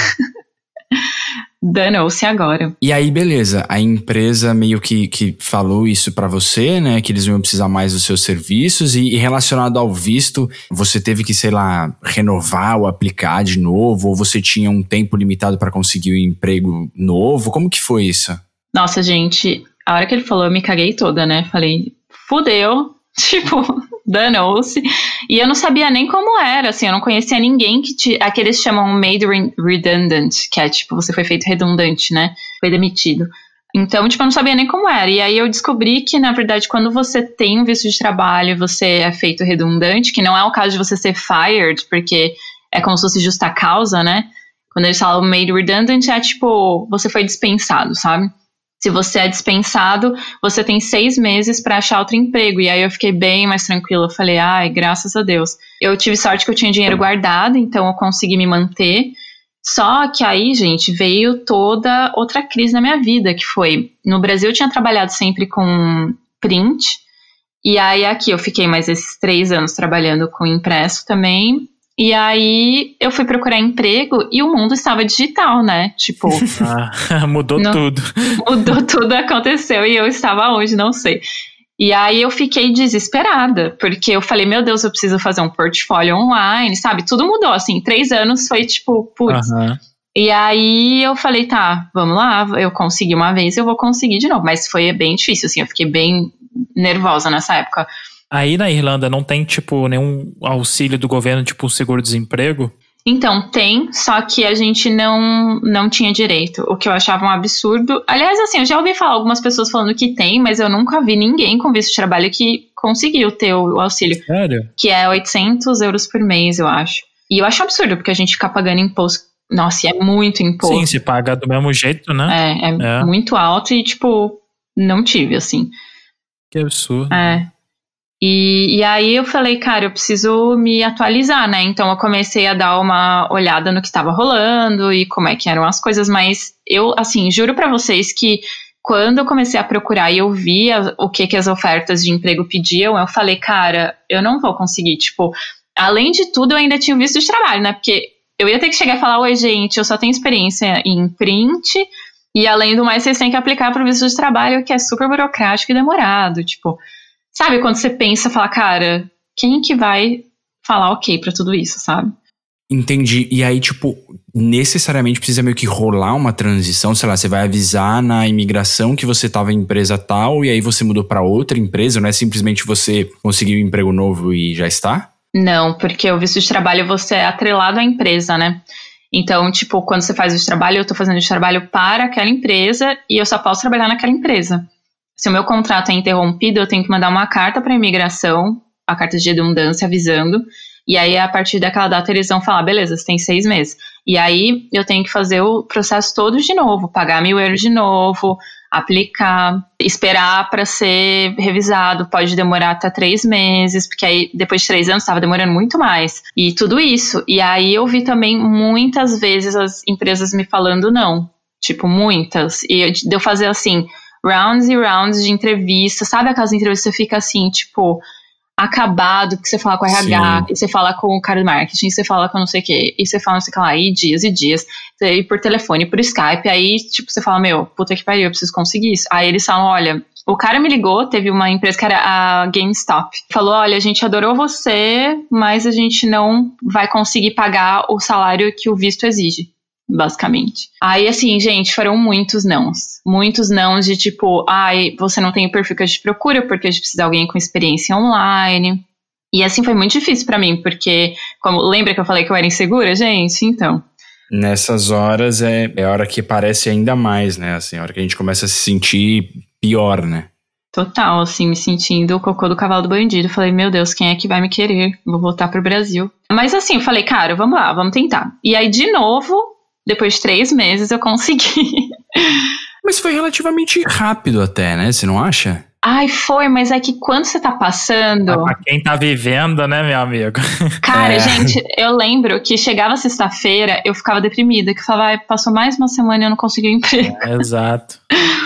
danou-se agora. E aí, beleza, a empresa meio que, que falou isso pra você, né, que eles iam precisar mais dos seus serviços, e, e relacionado ao visto, você teve que, sei lá, renovar ou aplicar de novo, ou você tinha um tempo limitado pra conseguir um emprego novo? Como que foi isso? Nossa, gente, a hora que ele falou, eu me caguei toda, né, falei, fudeu, tipo, danou-se. E eu não sabia nem como era, assim, eu não conhecia ninguém que... Te, aqui eles chamam made redundant, que é tipo, você foi feito redundante, né? Foi demitido. Então, tipo, eu não sabia nem como era. E aí eu descobri que, na verdade, quando você tem um visto de trabalho, você é feito redundante, que não é o caso de você ser fired, porque é como se fosse justa causa, né? Quando eles falam made redundant, é tipo, você foi dispensado, sabe? Se você é dispensado, você tem seis meses para achar outro emprego. E aí eu fiquei bem mais tranquila. Eu falei, ai, graças a Deus. Eu tive sorte que eu tinha dinheiro guardado, então eu consegui me manter. Só que aí, gente, veio toda outra crise na minha vida, que foi... No Brasil eu tinha trabalhado sempre com print. E aí aqui eu fiquei mais esses três anos trabalhando com impresso também. E aí eu fui procurar emprego e o mundo estava digital, né? Tipo... Ah, mudou no, tudo. Mudou tudo, aconteceu e eu estava onde, não sei. E aí eu fiquei desesperada, porque eu falei, meu Deus, eu preciso fazer um portfólio online, sabe? Tudo mudou, assim, três anos foi tipo, putz. Uhum. E aí eu falei, tá, vamos lá, eu consegui uma vez, eu vou conseguir de novo. Mas foi bem difícil, assim, eu fiquei bem nervosa nessa época. Aí na Irlanda não tem, tipo, nenhum auxílio do governo, tipo, um seguro-desemprego? Então, tem, só que a gente não, não tinha direito, o que eu achava um absurdo. Aliás, assim, eu já ouvi falar algumas pessoas falando que tem, mas eu nunca vi ninguém com visto de trabalho que conseguiu ter o, o auxílio. Sério? Que é oitocentos euros por mês, eu acho. E eu acho absurdo, porque a gente fica pagando imposto. Nossa, e é muito imposto. Sim, se paga do mesmo jeito, né? É, é, é muito alto e, tipo, não tive, assim. Que absurdo. É. E, e aí eu falei, cara, eu preciso me atualizar, né? Então eu comecei a dar uma olhada no que estava rolando e como é que eram as coisas, mas eu, assim, juro pra vocês que quando eu comecei a procurar e eu vi a, o que que as ofertas de emprego pediam, eu falei, cara, eu não vou conseguir, tipo, além de tudo eu ainda tinha visto de trabalho, né? Porque eu ia ter que chegar e falar, oi gente, eu só tenho experiência em print e além do mais vocês têm que aplicar pro visto de trabalho que é super burocrático e demorado, tipo... Sabe, quando você pensa, fala, cara, quem que vai falar ok pra tudo isso, sabe? Entendi. E aí, tipo, necessariamente precisa meio que rolar uma transição, sei lá, você vai avisar na imigração que você tava em empresa tal e aí você mudou pra outra empresa, não é simplesmente você conseguiu um emprego novo e já está? Não, porque o visto de trabalho você é atrelado à empresa, né? Então, tipo, quando você faz o visto de trabalho, eu tô fazendo de trabalho para aquela empresa e eu só posso trabalhar naquela empresa. Se o meu contrato é interrompido, eu tenho que mandar uma carta para a imigração, a carta de redundância avisando, e aí a partir daquela data eles vão falar, beleza, você tem seis meses. E aí eu tenho que fazer o processo todo de novo, pagar mil euros de novo, aplicar, esperar para ser revisado, pode demorar até três meses, porque aí depois de três anos estava demorando muito mais. E tudo isso. E aí eu vi também muitas vezes as empresas me falando não. Tipo, muitas. E de eu fazer assim, rounds e rounds de entrevista. Sabe aquelas entrevistas que você fica assim, tipo, acabado, que você fala com o R H, Sim. e você fala com o cara do marketing, e você fala com não sei o quê, e você fala não sei o que lá, e dias e dias, e por telefone, por Skype, aí tipo, você fala, meu, puta que pariu, eu preciso conseguir isso. Aí eles falam, olha, o cara me ligou, teve uma empresa que era a GameStop, falou, olha, a gente adorou você, mas a gente não vai conseguir pagar o salário que o visto exige. Basicamente. Aí, assim, gente, foram muitos nãos. Muitos nãos de tipo, ai, você não tem o perfil que a gente procura porque a gente precisa de alguém com experiência online. E assim, foi muito difícil pra mim, porque, como lembra que eu falei que eu era insegura, gente? Então... Nessas horas é, é a hora que parece ainda mais, né? Assim, a hora que a gente começa a se sentir pior, né? Total, assim, me sentindo o cocô do cavalo do bandido. Falei, meu Deus, quem é que vai me querer? Vou voltar pro Brasil. Mas assim, eu falei, cara, vamos lá, vamos tentar. E aí, de novo... Depois de três meses eu consegui. Mas foi relativamente rápido até, né? Você não acha? Ai, foi, mas é que quando você tá passando... Ah, pra quem tá vivendo, né, meu amigo? Cara, é. gente, eu lembro que chegava sexta-feira, eu ficava deprimida, que eu falava, ai, passou mais uma semana e eu não consegui um emprego. É, exato.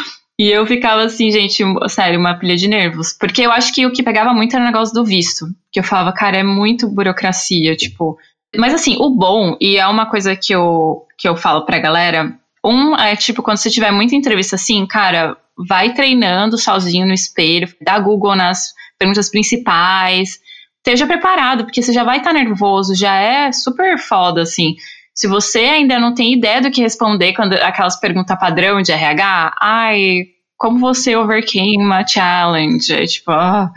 E eu ficava assim, gente, sério, uma pilha de nervos. Porque eu acho que o que pegava muito era o negócio do visto. Que eu falava, cara, é muito burocracia, tipo... Mas assim, o bom, e é uma coisa que eu, que eu falo pra galera, um é tipo, quando você tiver muita entrevista assim, cara, vai treinando sozinho no espelho, dá Google nas perguntas principais, esteja preparado, porque você já vai estar tá nervoso, já é super foda, assim. Se você ainda não tem ideia do que responder quando aquelas perguntas padrão de R H, ai, como você overcame uma challenge? É tipo, ah...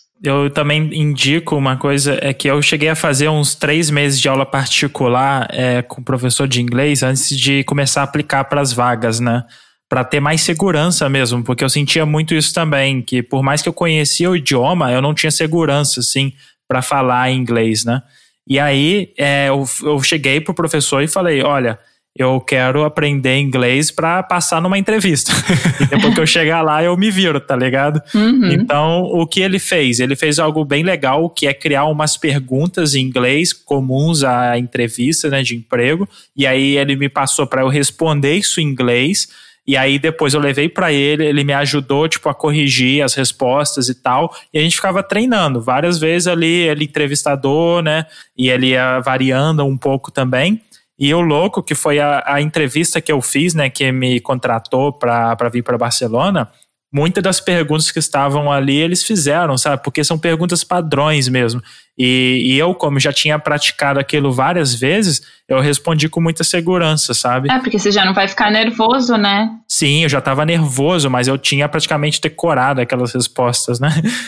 Eu também indico uma coisa, é que eu cheguei a fazer uns três meses de aula particular é, com o professor de inglês antes de começar a aplicar para as vagas, né? Para ter mais segurança mesmo, porque eu sentia muito isso também, que por mais que eu conhecia o idioma, eu não tinha segurança, assim, para falar inglês, né? E aí é, eu, eu cheguei pro professor e falei, olha... eu quero aprender inglês pra passar numa entrevista. E depois que eu chegar lá, eu me viro, tá ligado? Uhum. Então, o que ele fez? Ele fez algo bem legal, que é criar umas perguntas em inglês comuns à entrevista, né, de emprego. E aí ele me passou pra eu responder isso em inglês. E aí depois eu levei pra ele, ele me ajudou, tipo, a corrigir as respostas e tal. E a gente ficava treinando várias vezes ali, ele entrevistador, né? E ele ia variando um pouco também. E o louco que foi a, a entrevista que eu fiz, né, que me contratou para vir para Barcelona, muitas das perguntas que estavam ali eles fizeram, sabe? Porque são perguntas padrões mesmo. E, e eu, como já tinha praticado aquilo várias vezes, eu respondi com muita segurança, sabe? É, porque você já não vai ficar nervoso, né? Sim, eu já estava nervoso, mas eu tinha praticamente decorado aquelas respostas, né?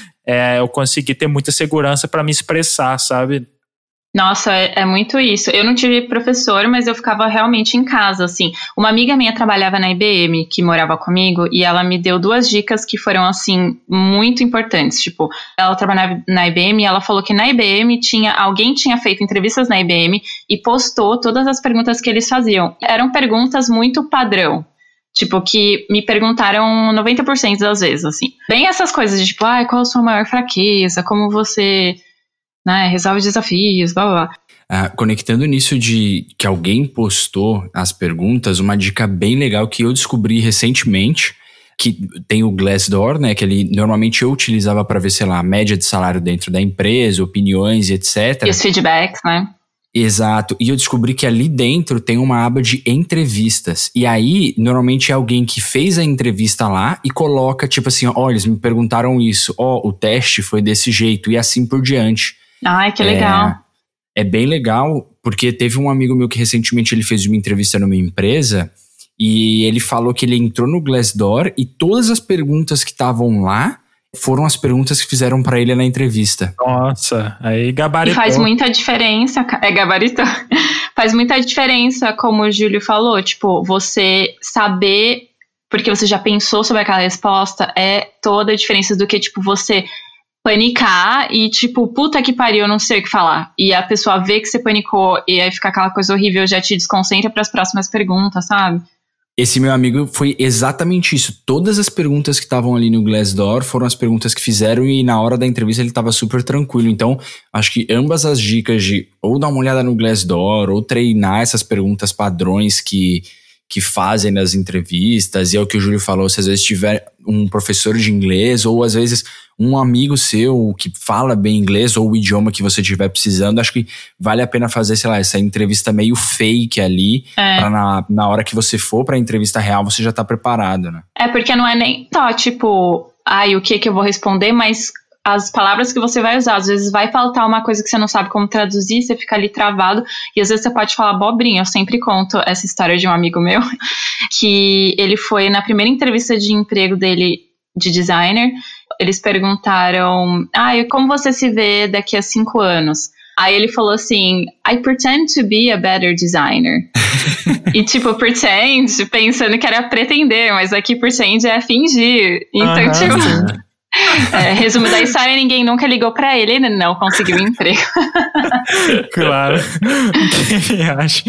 É, eu consegui ter muita segurança para me expressar, sabe? Nossa, é, é muito isso. Eu não tive professor, mas eu ficava realmente em casa, assim. Uma amiga minha trabalhava na I B M, que morava comigo, e ela me deu duas dicas que foram, assim, muito importantes. Tipo, ela trabalhava na I B M e ela falou que na I B M tinha, alguém tinha feito entrevistas na I B M e postou todas as perguntas que eles faziam. Eram perguntas muito padrão. Tipo, que me perguntaram noventa por cento das vezes, assim. Bem essas coisas de, tipo, ah, qual a sua maior fraqueza? Como você... né, resolve desafios, blá blá blá. Ah, conectando nisso de que alguém postou as perguntas, uma dica bem legal que eu descobri recentemente, que tem o Glassdoor, né, que ele normalmente eu utilizava para ver, sei lá, a média de salário dentro da empresa, opiniões e etcétera. E os feedbacks, né? Exato, e eu descobri que ali dentro tem uma aba de entrevistas, e aí normalmente é alguém que fez a entrevista lá e coloca tipo assim, ó, oh, eles me perguntaram isso, ó, oh, o teste foi desse jeito e assim por diante. Ai, que legal. É, é bem legal, porque teve um amigo meu que recentemente ele fez uma entrevista numa empresa e ele falou que ele entrou no Glassdoor e todas as perguntas que estavam lá foram as perguntas que fizeram pra ele na entrevista. Nossa, aí gabaritou. E faz muita diferença, é gabaritou. Faz muita diferença, como o Júlio falou, tipo, você saber, porque você já pensou sobre aquela resposta, é toda a diferença do que, tipo, você... panicar e tipo, puta que pariu, eu não sei o que falar. E a pessoa vê que você panicou e aí fica aquela coisa horrível, já te desconcentra pras próximas perguntas, sabe? Esse meu amigo foi exatamente isso. Todas as perguntas que estavam ali no Glassdoor foram as perguntas que fizeram e na hora da entrevista ele estava super tranquilo. Então, acho que ambas as dicas de ou dar uma olhada no Glassdoor ou treinar essas perguntas padrões que, que fazem nas entrevistas, e é o que o Júlio falou, se às vezes tiver um professor de inglês ou às vezes um amigo seu que fala bem inglês ou o idioma que você estiver precisando, acho que vale a pena fazer, sei lá, essa entrevista meio fake ali, é. pra na, na hora que você for pra entrevista real você já tá preparado, né? É, porque não é nem só, tipo, ai, o que que eu vou responder, mas as palavras que você vai usar. Às vezes vai faltar uma coisa que você não sabe como traduzir, você fica ali travado, e às vezes você pode falar abobrinha. Eu sempre conto essa história de um amigo meu, que ele foi na primeira entrevista de emprego dele de designer, eles perguntaram, ah, e como você se vê daqui a cinco anos? Aí ele falou assim, I pretend to be a better designer. E tipo, pretend, pensando que era pretender, mas aqui pretend é fingir. Então, uhum, tipo... É, resumo da história, ninguém nunca ligou pra ele, ele não conseguiu emprego. Claro. Quem acha?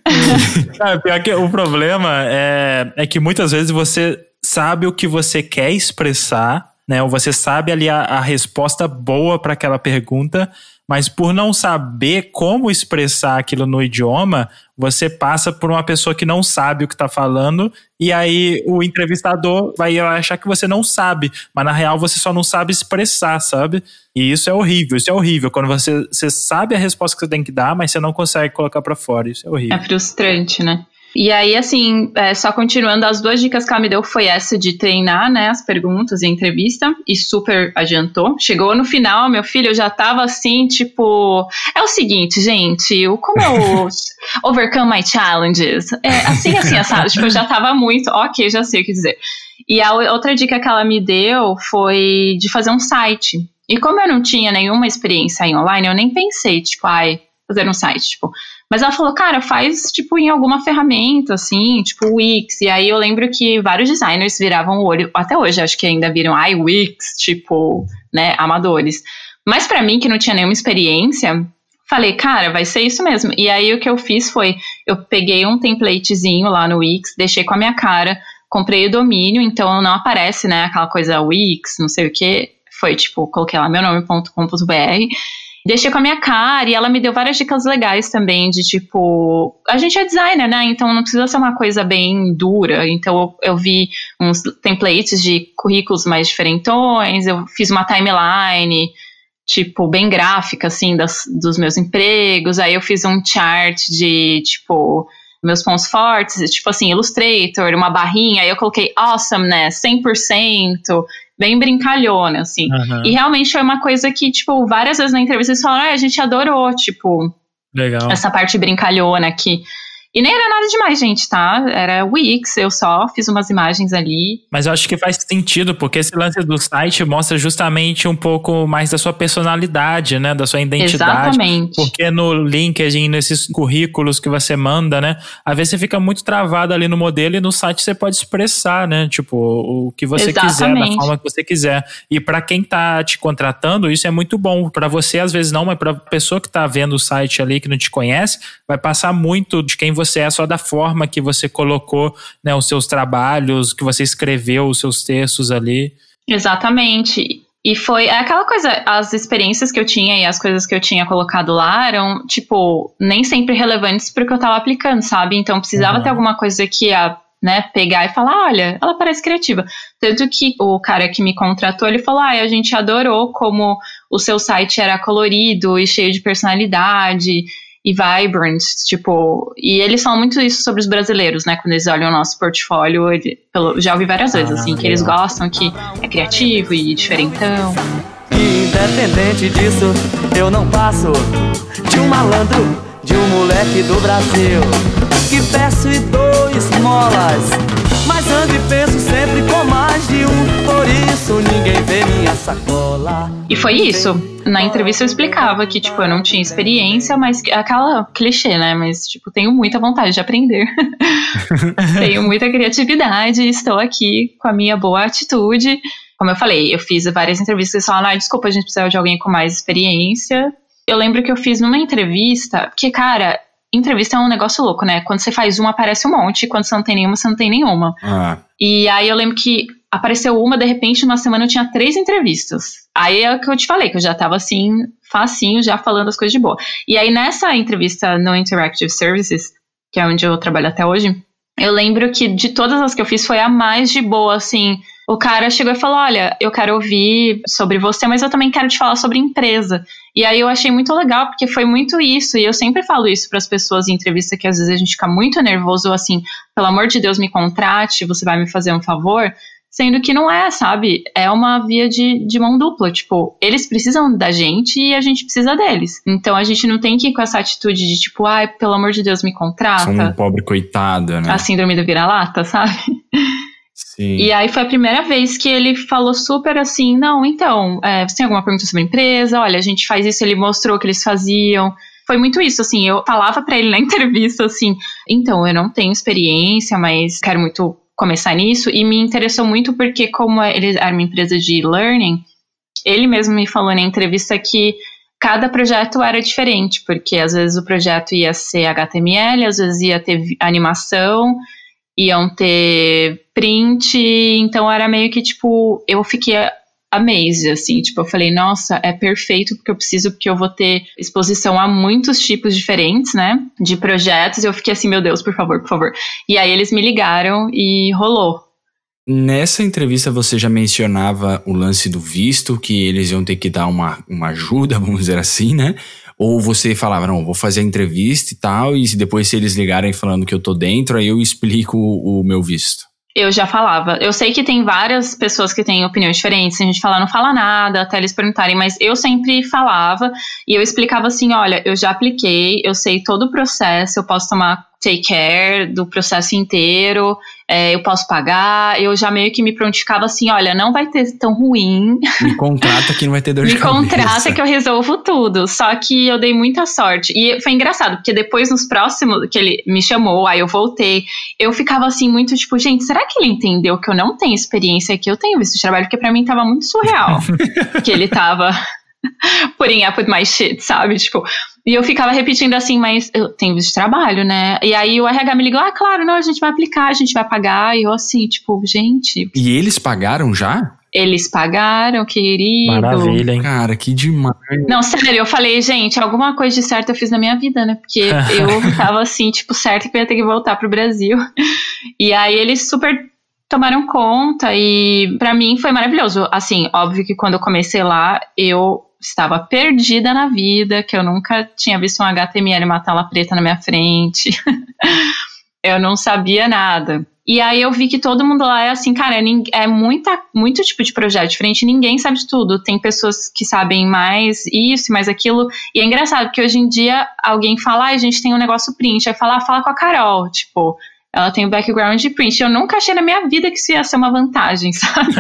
É, pior que o problema é, é que muitas vezes você sabe o que você quer expressar, né? Ou você sabe ali a, a resposta boa para aquela pergunta, mas por não saber como expressar aquilo no idioma, você passa por uma pessoa que não sabe o que está falando, e aí o entrevistador vai achar que você não sabe, mas na real você só não sabe expressar, sabe? E isso é horrível, isso é horrível, quando você, você sabe a resposta que você tem que dar, mas você não consegue colocar para fora, isso é horrível. É frustrante, né? E aí, assim, é, só continuando, as duas dicas que ela me deu foi essa de treinar, né, as perguntas e a entrevista, e super adiantou. Chegou no final, meu filho, eu já tava assim, tipo, é o seguinte, gente, o como eu overcome my challenges, é assim, assim, assado, tipo, eu já tava muito, ok, já sei o que dizer. E a outra dica que ela me deu foi de fazer um site. E como eu não tinha nenhuma experiência em online, eu nem pensei, tipo, ai, fazer um site, tipo... Mas ela falou, cara, faz, tipo, em alguma ferramenta, assim, tipo o Wix. E aí eu lembro que vários designers viravam o olho, até hoje acho que ainda viram, ai, Wix, tipo, né, amadores. Mas pra mim, que não tinha nenhuma experiência, falei, cara, vai ser isso mesmo. E aí o que eu fiz foi, eu peguei um templatezinho lá no Wix, deixei com a minha cara, comprei o domínio, então não aparece, né, aquela coisa Wix, não sei o que. Foi, tipo, coloquei lá meu nome ponto com ponto b r. Deixei com a minha cara e ela me deu várias dicas legais também de tipo, a gente é designer, né, então não precisa ser uma coisa bem dura, então eu, eu vi uns templates de currículos mais diferentões, eu fiz uma timeline, tipo, bem gráfica, assim, das, dos meus empregos, aí eu fiz um chart de, tipo, meus pontos fortes, tipo assim, Illustrator, uma barrinha, aí eu coloquei awesomeness, cem por cento, bem brincalhona, assim. Uhum. E realmente foi uma coisa que, tipo, várias vezes na entrevista eles falaram, ah, a gente adorou, tipo, legal, essa parte brincalhona aqui. E nem era nada demais, gente, tá? Era Wix, eu só fiz umas imagens ali. Mas eu acho que faz sentido, porque esse lance do site mostra justamente um pouco mais da sua personalidade, né? Da sua identidade. Exatamente. Porque no LinkedIn, nesses currículos que você manda, né? Às vezes você fica muito travado ali no modelo e no site você pode expressar, né? Tipo, o que você Exatamente. quiser, da forma que você quiser. E pra quem tá te contratando, isso é muito bom. Pra você, às vezes não, mas pra pessoa que tá vendo o site ali, que não te conhece, vai passar muito de quem você você é só da forma que você colocou, né, os seus trabalhos, que você escreveu os seus textos ali. Exatamente. E foi aquela coisa, as experiências que eu tinha e as coisas que eu tinha colocado lá eram, tipo, nem sempre relevantes para o que eu tava aplicando, sabe? Então precisava uhum. ter alguma coisa que ia, né, pegar e falar, olha, ela parece criativa. Tanto que o cara que me contratou, ele falou, ah, a gente adorou como o seu site era colorido e cheio de personalidade e vibrant, tipo, e eles falam muito isso sobre os brasileiros, né, quando eles olham o nosso portfólio, ele, pelo, já ouvi várias vezes, assim, que eles gostam, que é criativo e diferentão. Independente disso, eu não passo de um malandro, de um moleque do Brasil, que peço e dou esmolas, mas ando e penso sempre com mais de um, por isso ninguém vê minha sacola. E foi isso. Na entrevista eu explicava que, tipo, eu não tinha experiência, mas aquela clichê, né? Mas, tipo, tenho muita vontade de aprender. Tenho muita criatividade, estou aqui com a minha boa atitude. Como eu falei, eu fiz várias entrevistas e falaram, ah, desculpa, a gente precisa de alguém com mais experiência. Eu lembro que eu fiz numa entrevista, porque, cara, entrevista é um negócio louco, né? Quando você faz uma, aparece um monte. Quando você não tem nenhuma, você não tem nenhuma. Ah. E aí eu lembro que apareceu uma, de repente, numa semana eu tinha três entrevistas. Aí é o que eu te falei, que eu já tava assim, facinho, já falando as coisas de boa. E aí nessa entrevista no Interactive Services, que é onde eu trabalho até hoje, eu lembro que de todas as que eu fiz foi a mais de boa, assim. O cara chegou e falou, olha, eu quero ouvir sobre você, mas eu também quero te falar sobre empresa. E aí eu achei muito legal, porque foi muito isso. E eu sempre falo isso para as pessoas em entrevista, que às vezes a gente fica muito nervoso, assim, pelo amor de Deus, me contrate, você vai me fazer um favor. Sendo que não é, sabe? É uma via de, de mão dupla. Tipo, eles precisam da gente e a gente precisa deles. Então a gente não tem que ir com essa atitude de tipo, ai, pelo amor de Deus, me contrata. Sou um pobre coitado, né? A síndrome do vira-lata, sabe? Sim. E aí foi a primeira vez que ele falou super assim, não, então, é, você tem alguma pergunta sobre a empresa? Olha, a gente faz isso, ele mostrou o que eles faziam. Foi muito isso, assim, eu falava pra ele na entrevista, assim, então, eu não tenho experiência, mas quero muito começar nisso, e me interessou muito porque como ele era uma empresa de learning, ele mesmo me falou na entrevista que cada projeto era diferente, porque às vezes o projeto ia ser H T M L, às vezes ia ter animação, iam ter print, então era meio que tipo, eu fiquei amazed, assim, tipo, eu falei, nossa, é perfeito porque eu preciso, porque eu vou ter exposição a muitos tipos diferentes, né, de projetos, e eu fiquei assim, meu Deus, por favor, por favor. E aí eles me ligaram e rolou. Nessa entrevista você já mencionava o lance do visto, que eles iam ter que dar uma, uma ajuda, vamos dizer assim, né? Ou você falava, não, vou fazer a entrevista e tal, e depois se eles ligarem falando que eu tô dentro, aí eu explico o, o meu visto. Eu já falava. Eu sei que tem várias pessoas que têm opiniões diferentes. Se a gente falar, não fala nada, até eles perguntarem. Mas eu sempre falava e eu explicava assim, olha, eu já apliquei, eu sei todo o processo, eu posso tomar take care do processo inteiro, é, eu posso pagar. Eu já meio que me prontificava assim, olha, não vai ter tão ruim. Me contrata que não vai ter dor de me cabeça. Me contrata que eu resolvo tudo. Só que eu dei muita sorte. E foi engraçado, porque depois nos próximos, que ele me chamou, aí eu voltei, eu ficava assim muito tipo, gente, será que ele entendeu que eu não tenho experiência, que eu tenho visto de trabalho? Porque pra mim tava muito surreal. Que ele tava putting up with my shit, sabe? Tipo, e eu ficava repetindo assim, mas eu tenho visto de trabalho, né? E aí o R H me ligou, ah, claro, não, a gente vai aplicar, a gente vai pagar. E eu assim, tipo, gente... E eles pagaram já? Eles pagaram, querido. Maravilha, hein? Cara, que demais. Não, sério, eu falei, gente, alguma coisa de certo eu fiz na minha vida, né? Porque eu tava assim, tipo, certo que eu ia ter que voltar pro Brasil. E aí eles super tomaram conta e pra mim foi maravilhoso. Assim, óbvio que quando eu comecei lá, eu estava perdida na vida, que eu nunca tinha visto um H T M L, uma tela preta na minha frente. Eu não sabia nada. E aí eu vi que todo mundo lá é assim, cara, é muita, muito tipo de projeto diferente, ninguém sabe de tudo. Tem pessoas que sabem mais isso, mais aquilo. E é engraçado, porque hoje em dia alguém fala, ah, a gente tem um negócio print. Aí fala, ah, fala com a Carol, tipo, ela tem o background de print. Eu nunca achei na minha vida que isso ia ser uma vantagem, sabe?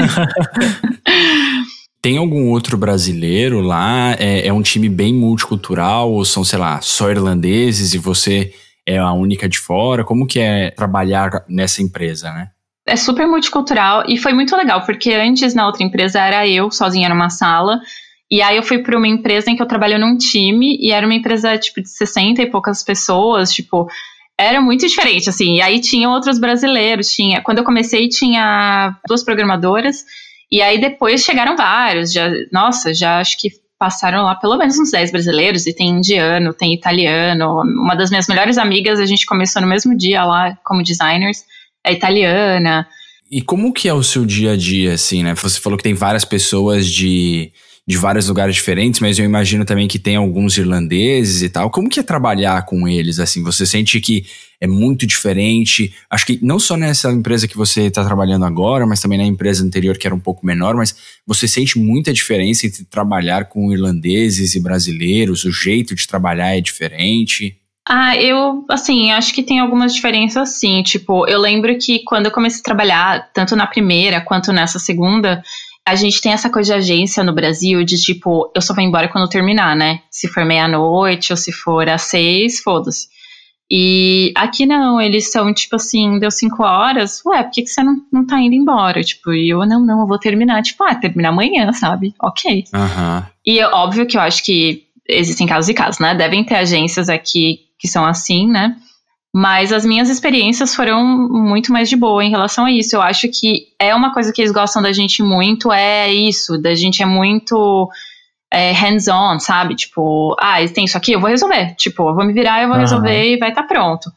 Tem algum outro brasileiro lá? É, é um time bem multicultural? Ou são, sei lá, só irlandeses e você é a única de fora? Como que é trabalhar nessa empresa, né? É super multicultural e foi muito legal, porque antes na outra empresa era eu sozinha numa sala, e aí eu fui para uma empresa em que eu trabalho num time, e era uma empresa tipo de sessenta e poucas pessoas, tipo, era muito diferente, assim, e aí tinha outros brasileiros, tinha, quando eu comecei tinha duas programadoras, e aí depois chegaram vários, já, nossa, já acho que passaram lá pelo menos uns dez brasileiros, e tem indiano, tem italiano. Uma das minhas melhores amigas, a gente começou no mesmo dia lá como designers, é italiana. E como que é o seu dia a dia, assim, né? Você falou que tem várias pessoas de, de vários lugares diferentes, mas eu imagino também que tem alguns irlandeses e tal. Como que é trabalhar com eles, assim? Você sente que é muito diferente? Acho que não só nessa empresa que você está trabalhando agora, mas também na empresa anterior que era um pouco menor, mas você sente muita diferença entre trabalhar com irlandeses e brasileiros? O jeito de trabalhar é diferente? Ah, eu, assim, acho que tem algumas diferenças, sim. Tipo, eu lembro que quando eu comecei a trabalhar, tanto na primeira quanto nessa segunda, a gente tem essa coisa de agência no Brasil de, tipo, eu só vou embora quando eu terminar, né? Se for meia-noite ou se for às seis, foda-se. E aqui não, eles são tipo assim, deu cinco horas, ué, por que, que você não, não tá indo embora? Tipo, e eu, não, não, eu vou terminar. Tipo, ah, terminar amanhã, sabe? Ok. Uhum. E óbvio que eu acho que existem casos e casos, né? Devem ter agências aqui que são assim, né? Mas as minhas experiências foram muito mais de boa em relação a isso. Eu acho que é uma coisa que eles gostam da gente muito, é isso, da gente é muito é, hands-on, sabe? Tipo, ah, tem isso aqui, eu vou resolver. Tipo, eu vou me virar, eu vou uhum. resolver e vai estar tá pronto.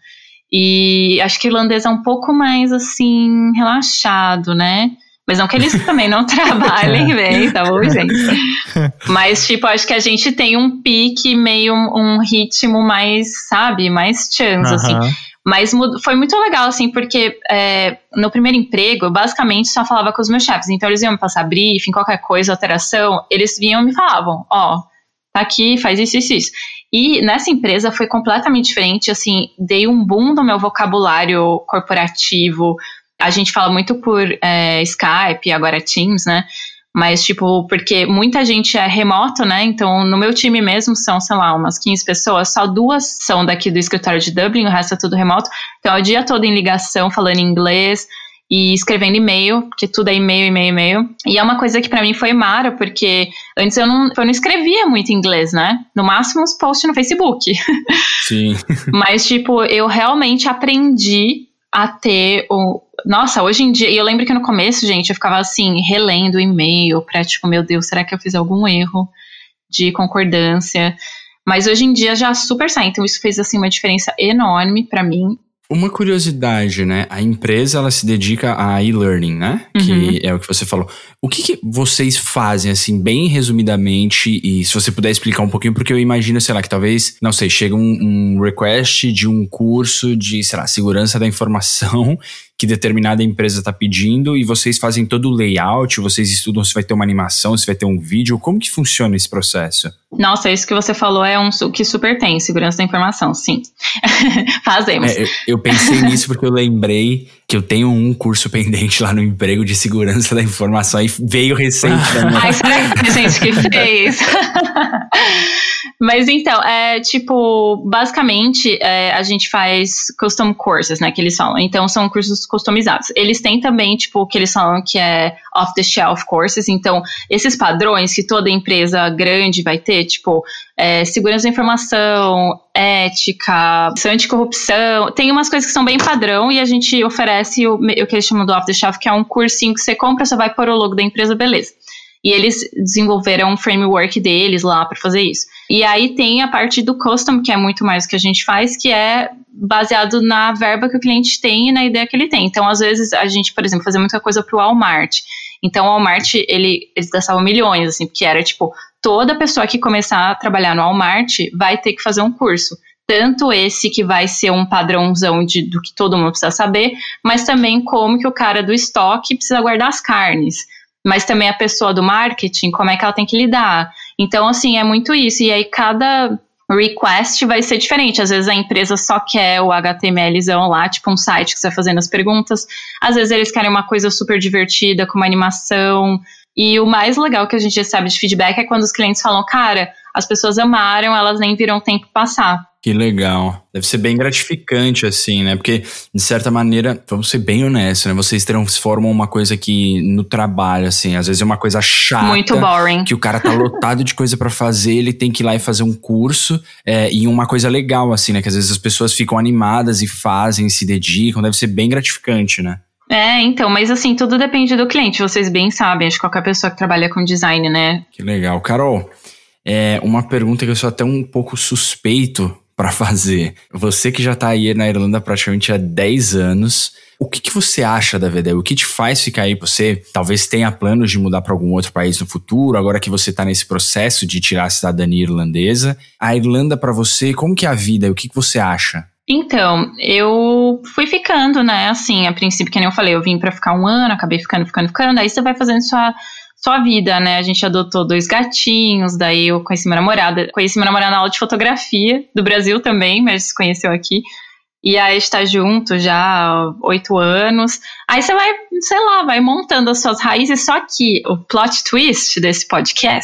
E acho que o irlandês é um pouco mais, assim, relaxado, né? Mas não que eles também não trabalhem bem, tá bom, gente? Mas, tipo, acho que a gente tem um pique, meio um, um ritmo mais, sabe? Mais chance, uhum. assim. Mas foi muito legal, assim, porque é, no primeiro emprego, eu basicamente só falava com os meus chefes. Então, eles iam me passar briefing, qualquer coisa, alteração. Eles vinham e me falavam, ó, oh, tá aqui, faz isso, isso, isso. E nessa empresa foi completamente diferente, assim, dei um boom no meu vocabulário corporativo. A gente fala muito por é, Skype, agora Teams, né? Mas, tipo, porque muita gente é remoto, né? Então, no meu time mesmo são, sei lá, umas quinze pessoas. Só duas são daqui do escritório de Dublin, o resto é tudo remoto. Então, é o dia todo em ligação, falando inglês e escrevendo e-mail, porque tudo é e-mail, e-mail, e-mail. E é uma coisa que pra mim foi mara, porque antes eu não, eu não escrevia muito inglês, né? No máximo, uns posts no Facebook. Sim. Mas, tipo, eu realmente aprendi a ter o... Nossa, hoje em dia... E eu lembro que no começo, gente, eu ficava assim, relendo o e-mail pra, tipo, meu Deus, será que eu fiz algum erro de concordância? Mas hoje em dia já super sai. Então isso fez, assim, uma diferença enorme pra mim. Uma curiosidade, né? A empresa, ela se dedica a e-learning, né? Uhum. Que é o que você falou. O que, que vocês fazem, assim, bem resumidamente? E se você puder explicar um pouquinho, porque eu imagino, sei lá, que talvez, não sei, chega um, um request de um curso de, sei lá, segurança da informação que determinada empresa está pedindo e vocês fazem todo o layout, vocês estudam se vai ter uma animação, se vai ter um vídeo. Como que funciona esse processo? Nossa, isso que você falou é um que super tem, segurança da informação, sim. Fazemos. É, eu, eu pensei nisso porque eu lembrei que eu tenho um curso pendente lá no emprego de segurança da informação e veio recente. Ai, será que tem gente que fez? Mas então, é tipo, basicamente, é, a gente faz custom courses, né, que eles falam. Então, são cursos customizados. Eles têm também, tipo, o que eles falam que é off-the-shelf courses. Então, esses padrões que toda empresa grande vai ter, tipo, é, segurança da informação, ética, anticorrupção. Tem umas coisas que são bem padrão e a gente oferece o, o que eles chamam do off-the-shelf, que é um cursinho que você compra, você vai pôr o logo da empresa, beleza. E eles desenvolveram um framework deles lá para fazer isso. E aí tem a parte do custom, que é muito mais o que a gente faz, que é baseado na verba que o cliente tem e na ideia que ele tem. Então, às vezes, a gente, por exemplo, fazia muita coisa pro Walmart. Então, o Walmart, ele, eles gastavam milhões, assim, porque era, tipo, toda pessoa que começar a trabalhar no Walmart vai ter que fazer um curso. Tanto esse que vai ser um padrãozão de, do que todo mundo precisa saber, mas também como que o cara do estoque precisa guardar as carnes. Mas também a pessoa do marketing, como é que ela tem que lidar. Então, assim, é muito isso. E aí, cada request vai ser diferente. Às vezes, a empresa só quer o H T M Lzão lá, tipo um site que você vai fazendo as perguntas. Às vezes, eles querem uma coisa super divertida, com uma animação. E o mais legal que a gente recebe de feedback é quando os clientes falam, cara, as pessoas amaram, elas nem viram o tempo passar. Que legal. Deve ser bem gratificante, assim, né? Porque, de certa maneira, vamos ser bem honestos, né? Vocês transformam uma coisa que no trabalho, assim, às vezes é uma coisa chata. Muito boring. Que o cara tá lotado de coisa pra fazer, ele tem que ir lá e fazer um curso. É, e uma coisa legal, assim, né? Que às vezes as pessoas ficam animadas e fazem, se dedicam. Deve ser bem gratificante, né? É, então, mas assim, tudo depende do cliente. Vocês bem sabem, acho que qualquer pessoa que trabalha com design, né? Que legal. Carol, é uma pergunta que eu sou até um pouco suspeito para fazer. Você que já tá aí na Irlanda praticamente há dez anos, o que, que você acha da V D E? O que te faz ficar aí? Você talvez tenha planos de mudar para algum outro país no futuro, agora que você tá nesse processo de tirar a cidadania irlandesa. A Irlanda para você, como que é a vida? O que, que você acha? Então, eu fui ficando, né, assim, a princípio, que nem eu falei, eu vim pra ficar um ano, acabei ficando, ficando, ficando, aí você vai fazendo sua, sua vida, né, a gente adotou dois gatinhos, daí eu conheci meu namorado, conheci meu namorado na aula de fotografia, do Brasil também, mas se conheceu aqui, e aí a gente tá junto já há oito anos, aí você vai, sei lá, vai montando as suas raízes, só que o plot twist desse podcast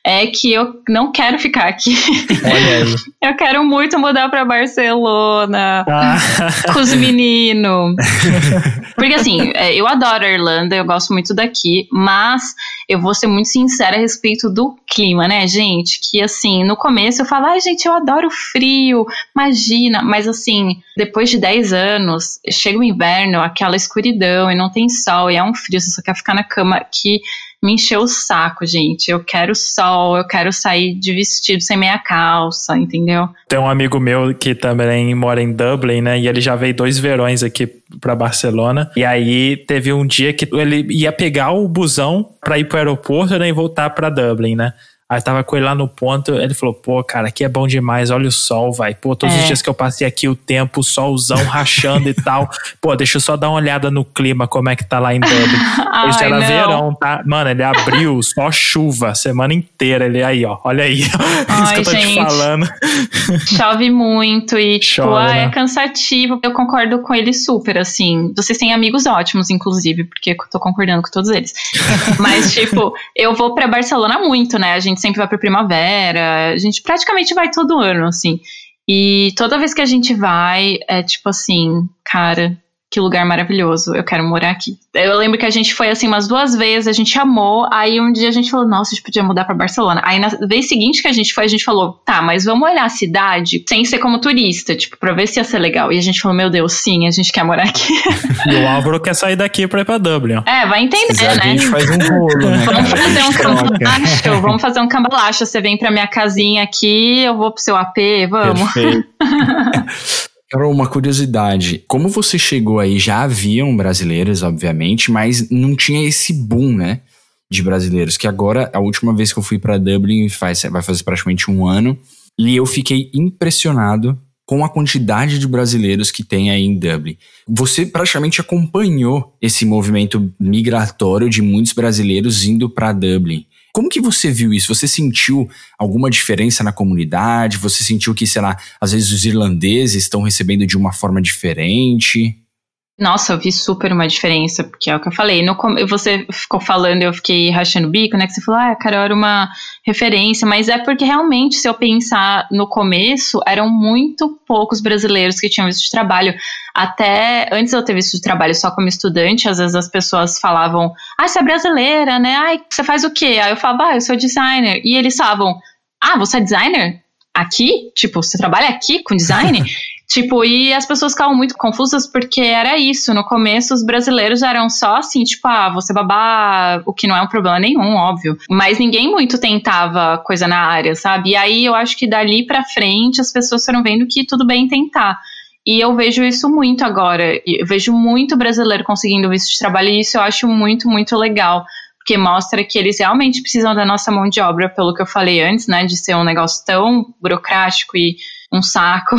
é que eu não quero ficar aqui. Olha aí. Eu quero muito mudar pra Barcelona, ah. com os meninos. Porque assim, eu adoro a Irlanda, eu gosto muito daqui, mas eu vou ser muito sincera a respeito do clima, né, gente? Que assim, no começo eu falo, ai gente, eu adoro frio, imagina. Mas assim, depois de dez anos, chega o inverno, aquela escuridão e não tem sol, e é um frio, você só quer ficar na cama, que me encheu o saco, gente. Eu quero sol, eu quero sair de vestido sem meia calça, entendeu? Tem um amigo meu que também mora em Dublin, né? E ele já veio dois verões aqui pra Barcelona. E aí teve um dia que ele ia pegar o busão pra ir pro aeroporto, né, e voltar pra Dublin, né? Aí eu tava com ele lá no ponto, ele falou, pô, cara, aqui é bom demais, olha o sol, vai. Pô, todos é. os dias que eu passei aqui, o tempo, o solzão rachando e tal. Pô, deixa eu só dar uma olhada no clima, como é que tá lá em Dublin. Isso era não. verão, tá? Mano, ele abriu só chuva, semana inteira. Ele aí, ó, olha aí. Ai, isso que eu tô gente, te falando. Chove muito e, tipo, Chove, ah, né? é cansativo. Eu concordo com ele super, assim. Vocês têm amigos ótimos, inclusive, porque eu tô concordando com todos eles. Mas, tipo, eu vou pra Barcelona muito, né? A gente sempre vai pra primavera, a gente praticamente vai todo ano, assim. E toda vez que a gente vai, é tipo assim, cara, que lugar maravilhoso, eu quero morar aqui. Eu lembro que a gente foi assim umas duas vezes, a gente amou, aí um dia a gente falou, nossa, a gente podia mudar pra Barcelona. Aí na vez seguinte que a gente foi, a gente falou, tá, mas vamos olhar a cidade sem ser como turista, tipo, pra ver se ia ser legal. E a gente falou, meu Deus, sim, a gente quer morar aqui. E o Álvaro quer sair daqui pra ir pra Dublin, ó. É, vai entender, quiser, né? A gente faz um rolo, né? Vamos cara? fazer um cambalacho, vamos fazer um cambalacho. Você vem pra minha casinha aqui, eu vou pro seu A P, vamos. Perfeito. Carol, uma curiosidade. Como você chegou aí, já haviam brasileiros, obviamente, mas não tinha esse boom, né, de brasileiros. Que agora, a última vez que eu fui pra Dublin, faz, vai fazer praticamente um ano, e eu fiquei impressionado com a quantidade de brasileiros que tem aí em Dublin. Você praticamente acompanhou esse movimento migratório de muitos brasileiros indo pra Dublin. Como que você viu isso? Você sentiu alguma diferença na comunidade? Você sentiu que, sei lá, às vezes os irlandeses estão recebendo de uma forma diferente? Nossa, eu vi super uma diferença, porque é o que eu falei. No, você ficou falando, eu fiquei rachando o bico, né? Que você falou, ah, a Carol era uma referência, mas é porque realmente, se eu pensar no começo, eram muito poucos brasileiros que tinham visto de trabalho. Até antes de eu ter visto de trabalho só como estudante, às vezes as pessoas falavam, ah, você é brasileira, né? Ai, você faz o quê? Aí eu falava, ah, eu sou designer. E eles falavam, ah, você é designer? Aqui? Tipo, você trabalha aqui com design? Tipo, e as pessoas ficavam muito confusas porque era isso. No começo, os brasileiros eram só assim, tipo, ah, você babar, o que não é um problema nenhum, óbvio. Mas ninguém muito tentava coisa na área, sabe? E aí eu acho que dali pra frente as pessoas foram vendo que tudo bem tentar. E eu vejo isso muito agora. Eu vejo muito brasileiro conseguindo visto de trabalho e isso eu acho muito, muito legal. Porque mostra que eles realmente precisam da nossa mão de obra, pelo que eu falei antes, né? De ser um negócio tão burocrático e um saco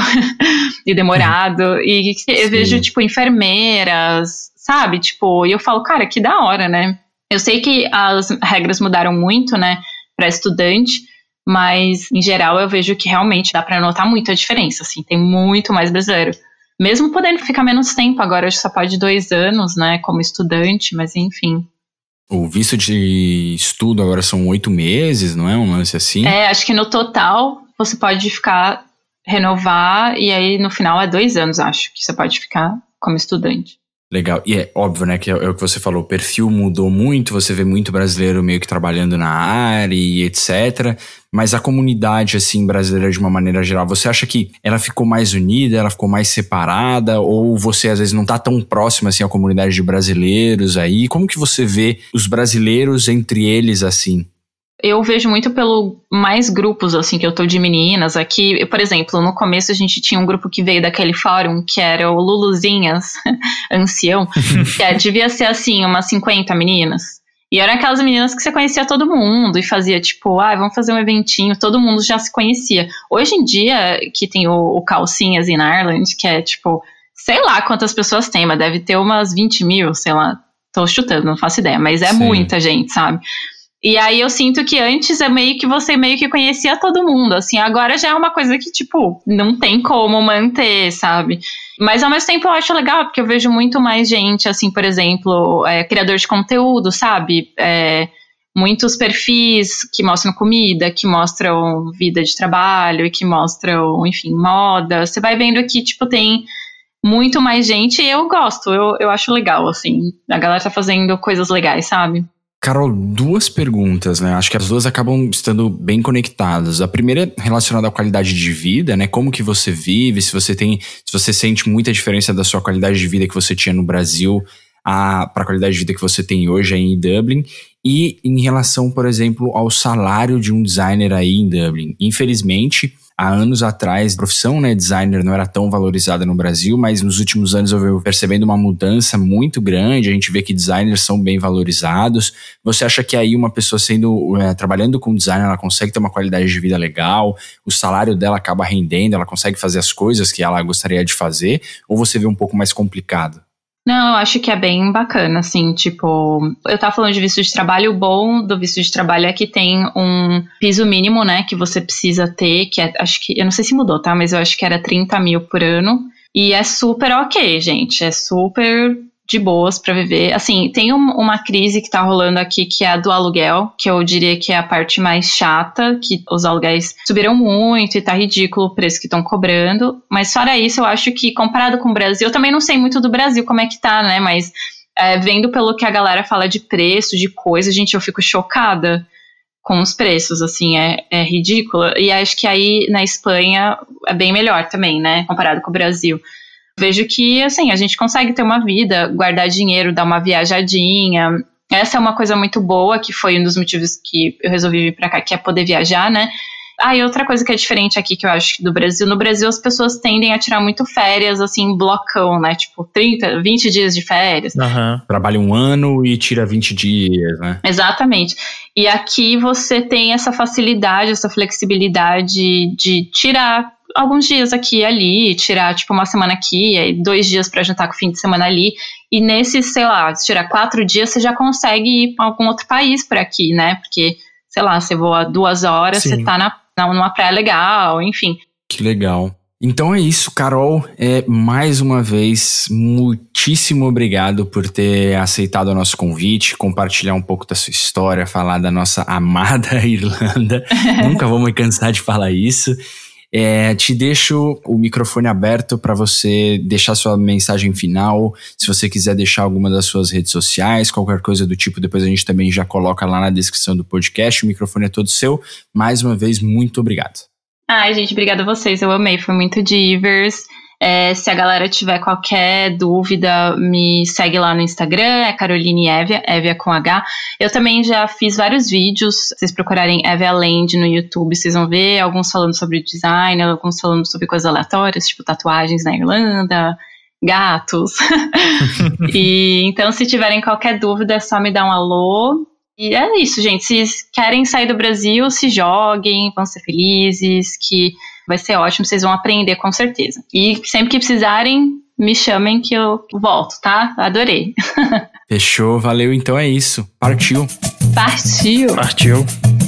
e demorado. E eu vejo, tipo, enfermeiras, sabe? Tipo, e eu falo, cara, que da hora, né? Eu sei que as regras mudaram muito, né? Pra estudante, mas, em geral, eu vejo que realmente dá pra notar muito a diferença, assim. Tem muito mais brasileiro. Mesmo podendo ficar menos tempo, agora acho que só pode dois anos, né? Como estudante, mas enfim. O visto de estudo agora são oito meses, não é um lance assim? É, acho que no total você pode ficar, renovar, e aí no final é dois anos, acho, que você pode ficar como estudante. Legal, e é óbvio, né, que é, é o que você falou, o perfil mudou muito, você vê muito brasileiro meio que trabalhando na área e etcétera, mas a comunidade, assim, brasileira de uma maneira geral, você acha que ela ficou mais unida, ela ficou mais separada, ou você às vezes não tá tão próximo, assim, à comunidade de brasileiros aí? Como que você vê os brasileiros entre eles, assim? Eu vejo muito pelo mais grupos, assim, que eu tô de meninas aqui. Por exemplo, no começo a gente tinha um grupo que veio daquele fórum, que era o Luluzinhas, ancião, que é, devia ser, assim, umas cinquenta meninas. E eram aquelas meninas que você conhecia todo mundo e fazia, tipo, ah, vamos fazer um eventinho, todo mundo já se conhecia. Hoje em dia, que tem o, o Calcinhas in Ireland, que é, tipo, sei lá quantas pessoas tem, mas deve ter umas vinte mil, sei lá, tô chutando, não faço ideia, mas é Sim. muita gente, sabe? E aí eu sinto que antes é meio que você meio que conhecia todo mundo, assim, agora já é uma coisa que, tipo, não tem como manter, sabe? Mas ao mesmo tempo eu acho legal, porque eu vejo muito mais gente, assim, por exemplo, é, criador de conteúdo, sabe? É, muitos perfis que mostram comida, que mostram vida de trabalho, e que mostram, enfim, moda. Você vai vendo que, tipo, tem muito mais gente e eu gosto, eu, eu acho legal, assim. A galera tá fazendo coisas legais, sabe? Carol, duas perguntas, né? Acho que as duas acabam estando bem conectadas. A primeira é relacionada à qualidade de vida, né? Como que você vive, se você tem, se você sente muita diferença da sua qualidade de vida que você tinha no Brasil para a qualidade de vida que você tem hoje aí em Dublin. E em relação, por exemplo, ao salário de um designer aí em Dublin. Infelizmente, há anos atrás, a profissão, né, designer não era tão valorizada no Brasil, mas nos últimos anos eu venho percebendo uma mudança muito grande. A gente vê que designers são bem valorizados. Você acha que aí uma pessoa sendo é, trabalhando com design, ela consegue ter uma qualidade de vida legal, o salário dela acaba rendendo, ela consegue fazer as coisas que ela gostaria de fazer, ou você vê um pouco mais complicado? Não, eu acho que é bem bacana, assim, tipo, eu tava falando de visto de trabalho, o bom do visto de trabalho é que tem um piso mínimo, né, que você precisa ter, que é, acho que, eu não sei se mudou, tá, mas eu acho que era trinta mil por ano, e é super ok, gente, é super de boas pra viver. Assim, tem um, uma crise que tá rolando aqui, que é a do aluguel, que eu diria que é a parte mais chata, que os aluguéis subiram muito e tá ridículo o preço que estão cobrando, mas fora isso, eu acho que comparado com o Brasil, eu também não sei muito do Brasil como é que tá, né, mas é, vendo pelo que a galera fala de preço, de coisa, gente, eu fico chocada com os preços, assim, é, é ridículo, e acho que aí na Espanha é bem melhor também, né, comparado com o Brasil. Vejo que, assim, a gente consegue ter uma vida, guardar dinheiro, dar uma viajadinha. Essa é uma coisa muito boa, que foi um dos motivos que eu resolvi vir pra cá, que é poder viajar, né? Ah, e outra coisa que é diferente aqui, que eu acho do Brasil, no Brasil as pessoas tendem a tirar muito férias, assim, blocão, né? Tipo, trinta, vinte dias de férias. Uhum. Trabalha um ano e tira vinte dias, né? Exatamente. E aqui você tem essa facilidade, essa flexibilidade de tirar alguns dias aqui e ali, tirar tipo uma semana aqui, aí dois dias pra juntar com o fim de semana ali, e nesses, sei lá, se tirar quatro dias, você já consegue ir pra algum outro país por aqui, né? Porque, sei lá, você voa duas horas, Sim. você tá na, na, numa praia legal, enfim. Que legal. Então é isso, Carol, é, mais uma vez, muitíssimo obrigado por ter aceitado o nosso convite, compartilhar um pouco da sua história, falar da nossa amada Irlanda. Nunca vou me cansar de falar isso. É, te deixo o microfone aberto para você deixar sua mensagem final. Se você quiser deixar alguma das suas redes sociais, qualquer coisa do tipo, depois a gente também já coloca lá na descrição do podcast. O microfone é todo seu. Mais uma vez, muito obrigado. Ai, gente, obrigada a vocês. Eu amei, foi muito divers. É, se a galera tiver qualquer dúvida, me segue lá no Instagram, é Caroline Evia, Evia com H. Eu também já fiz vários vídeos, se vocês procurarem Evia Land no YouTube, vocês vão ver, alguns falando sobre design, alguns falando sobre coisas aleatórias, tipo tatuagens na Irlanda, gatos. E, então, se tiverem qualquer dúvida, é só me dar um alô. E é isso, gente. Se querem sair do Brasil, se joguem, vão ser felizes, que vai ser ótimo, vocês vão aprender com certeza. E sempre que precisarem, me chamem que eu volto, tá? Adorei. Fechou, valeu, então é isso. Partiu. Partiu. Partiu.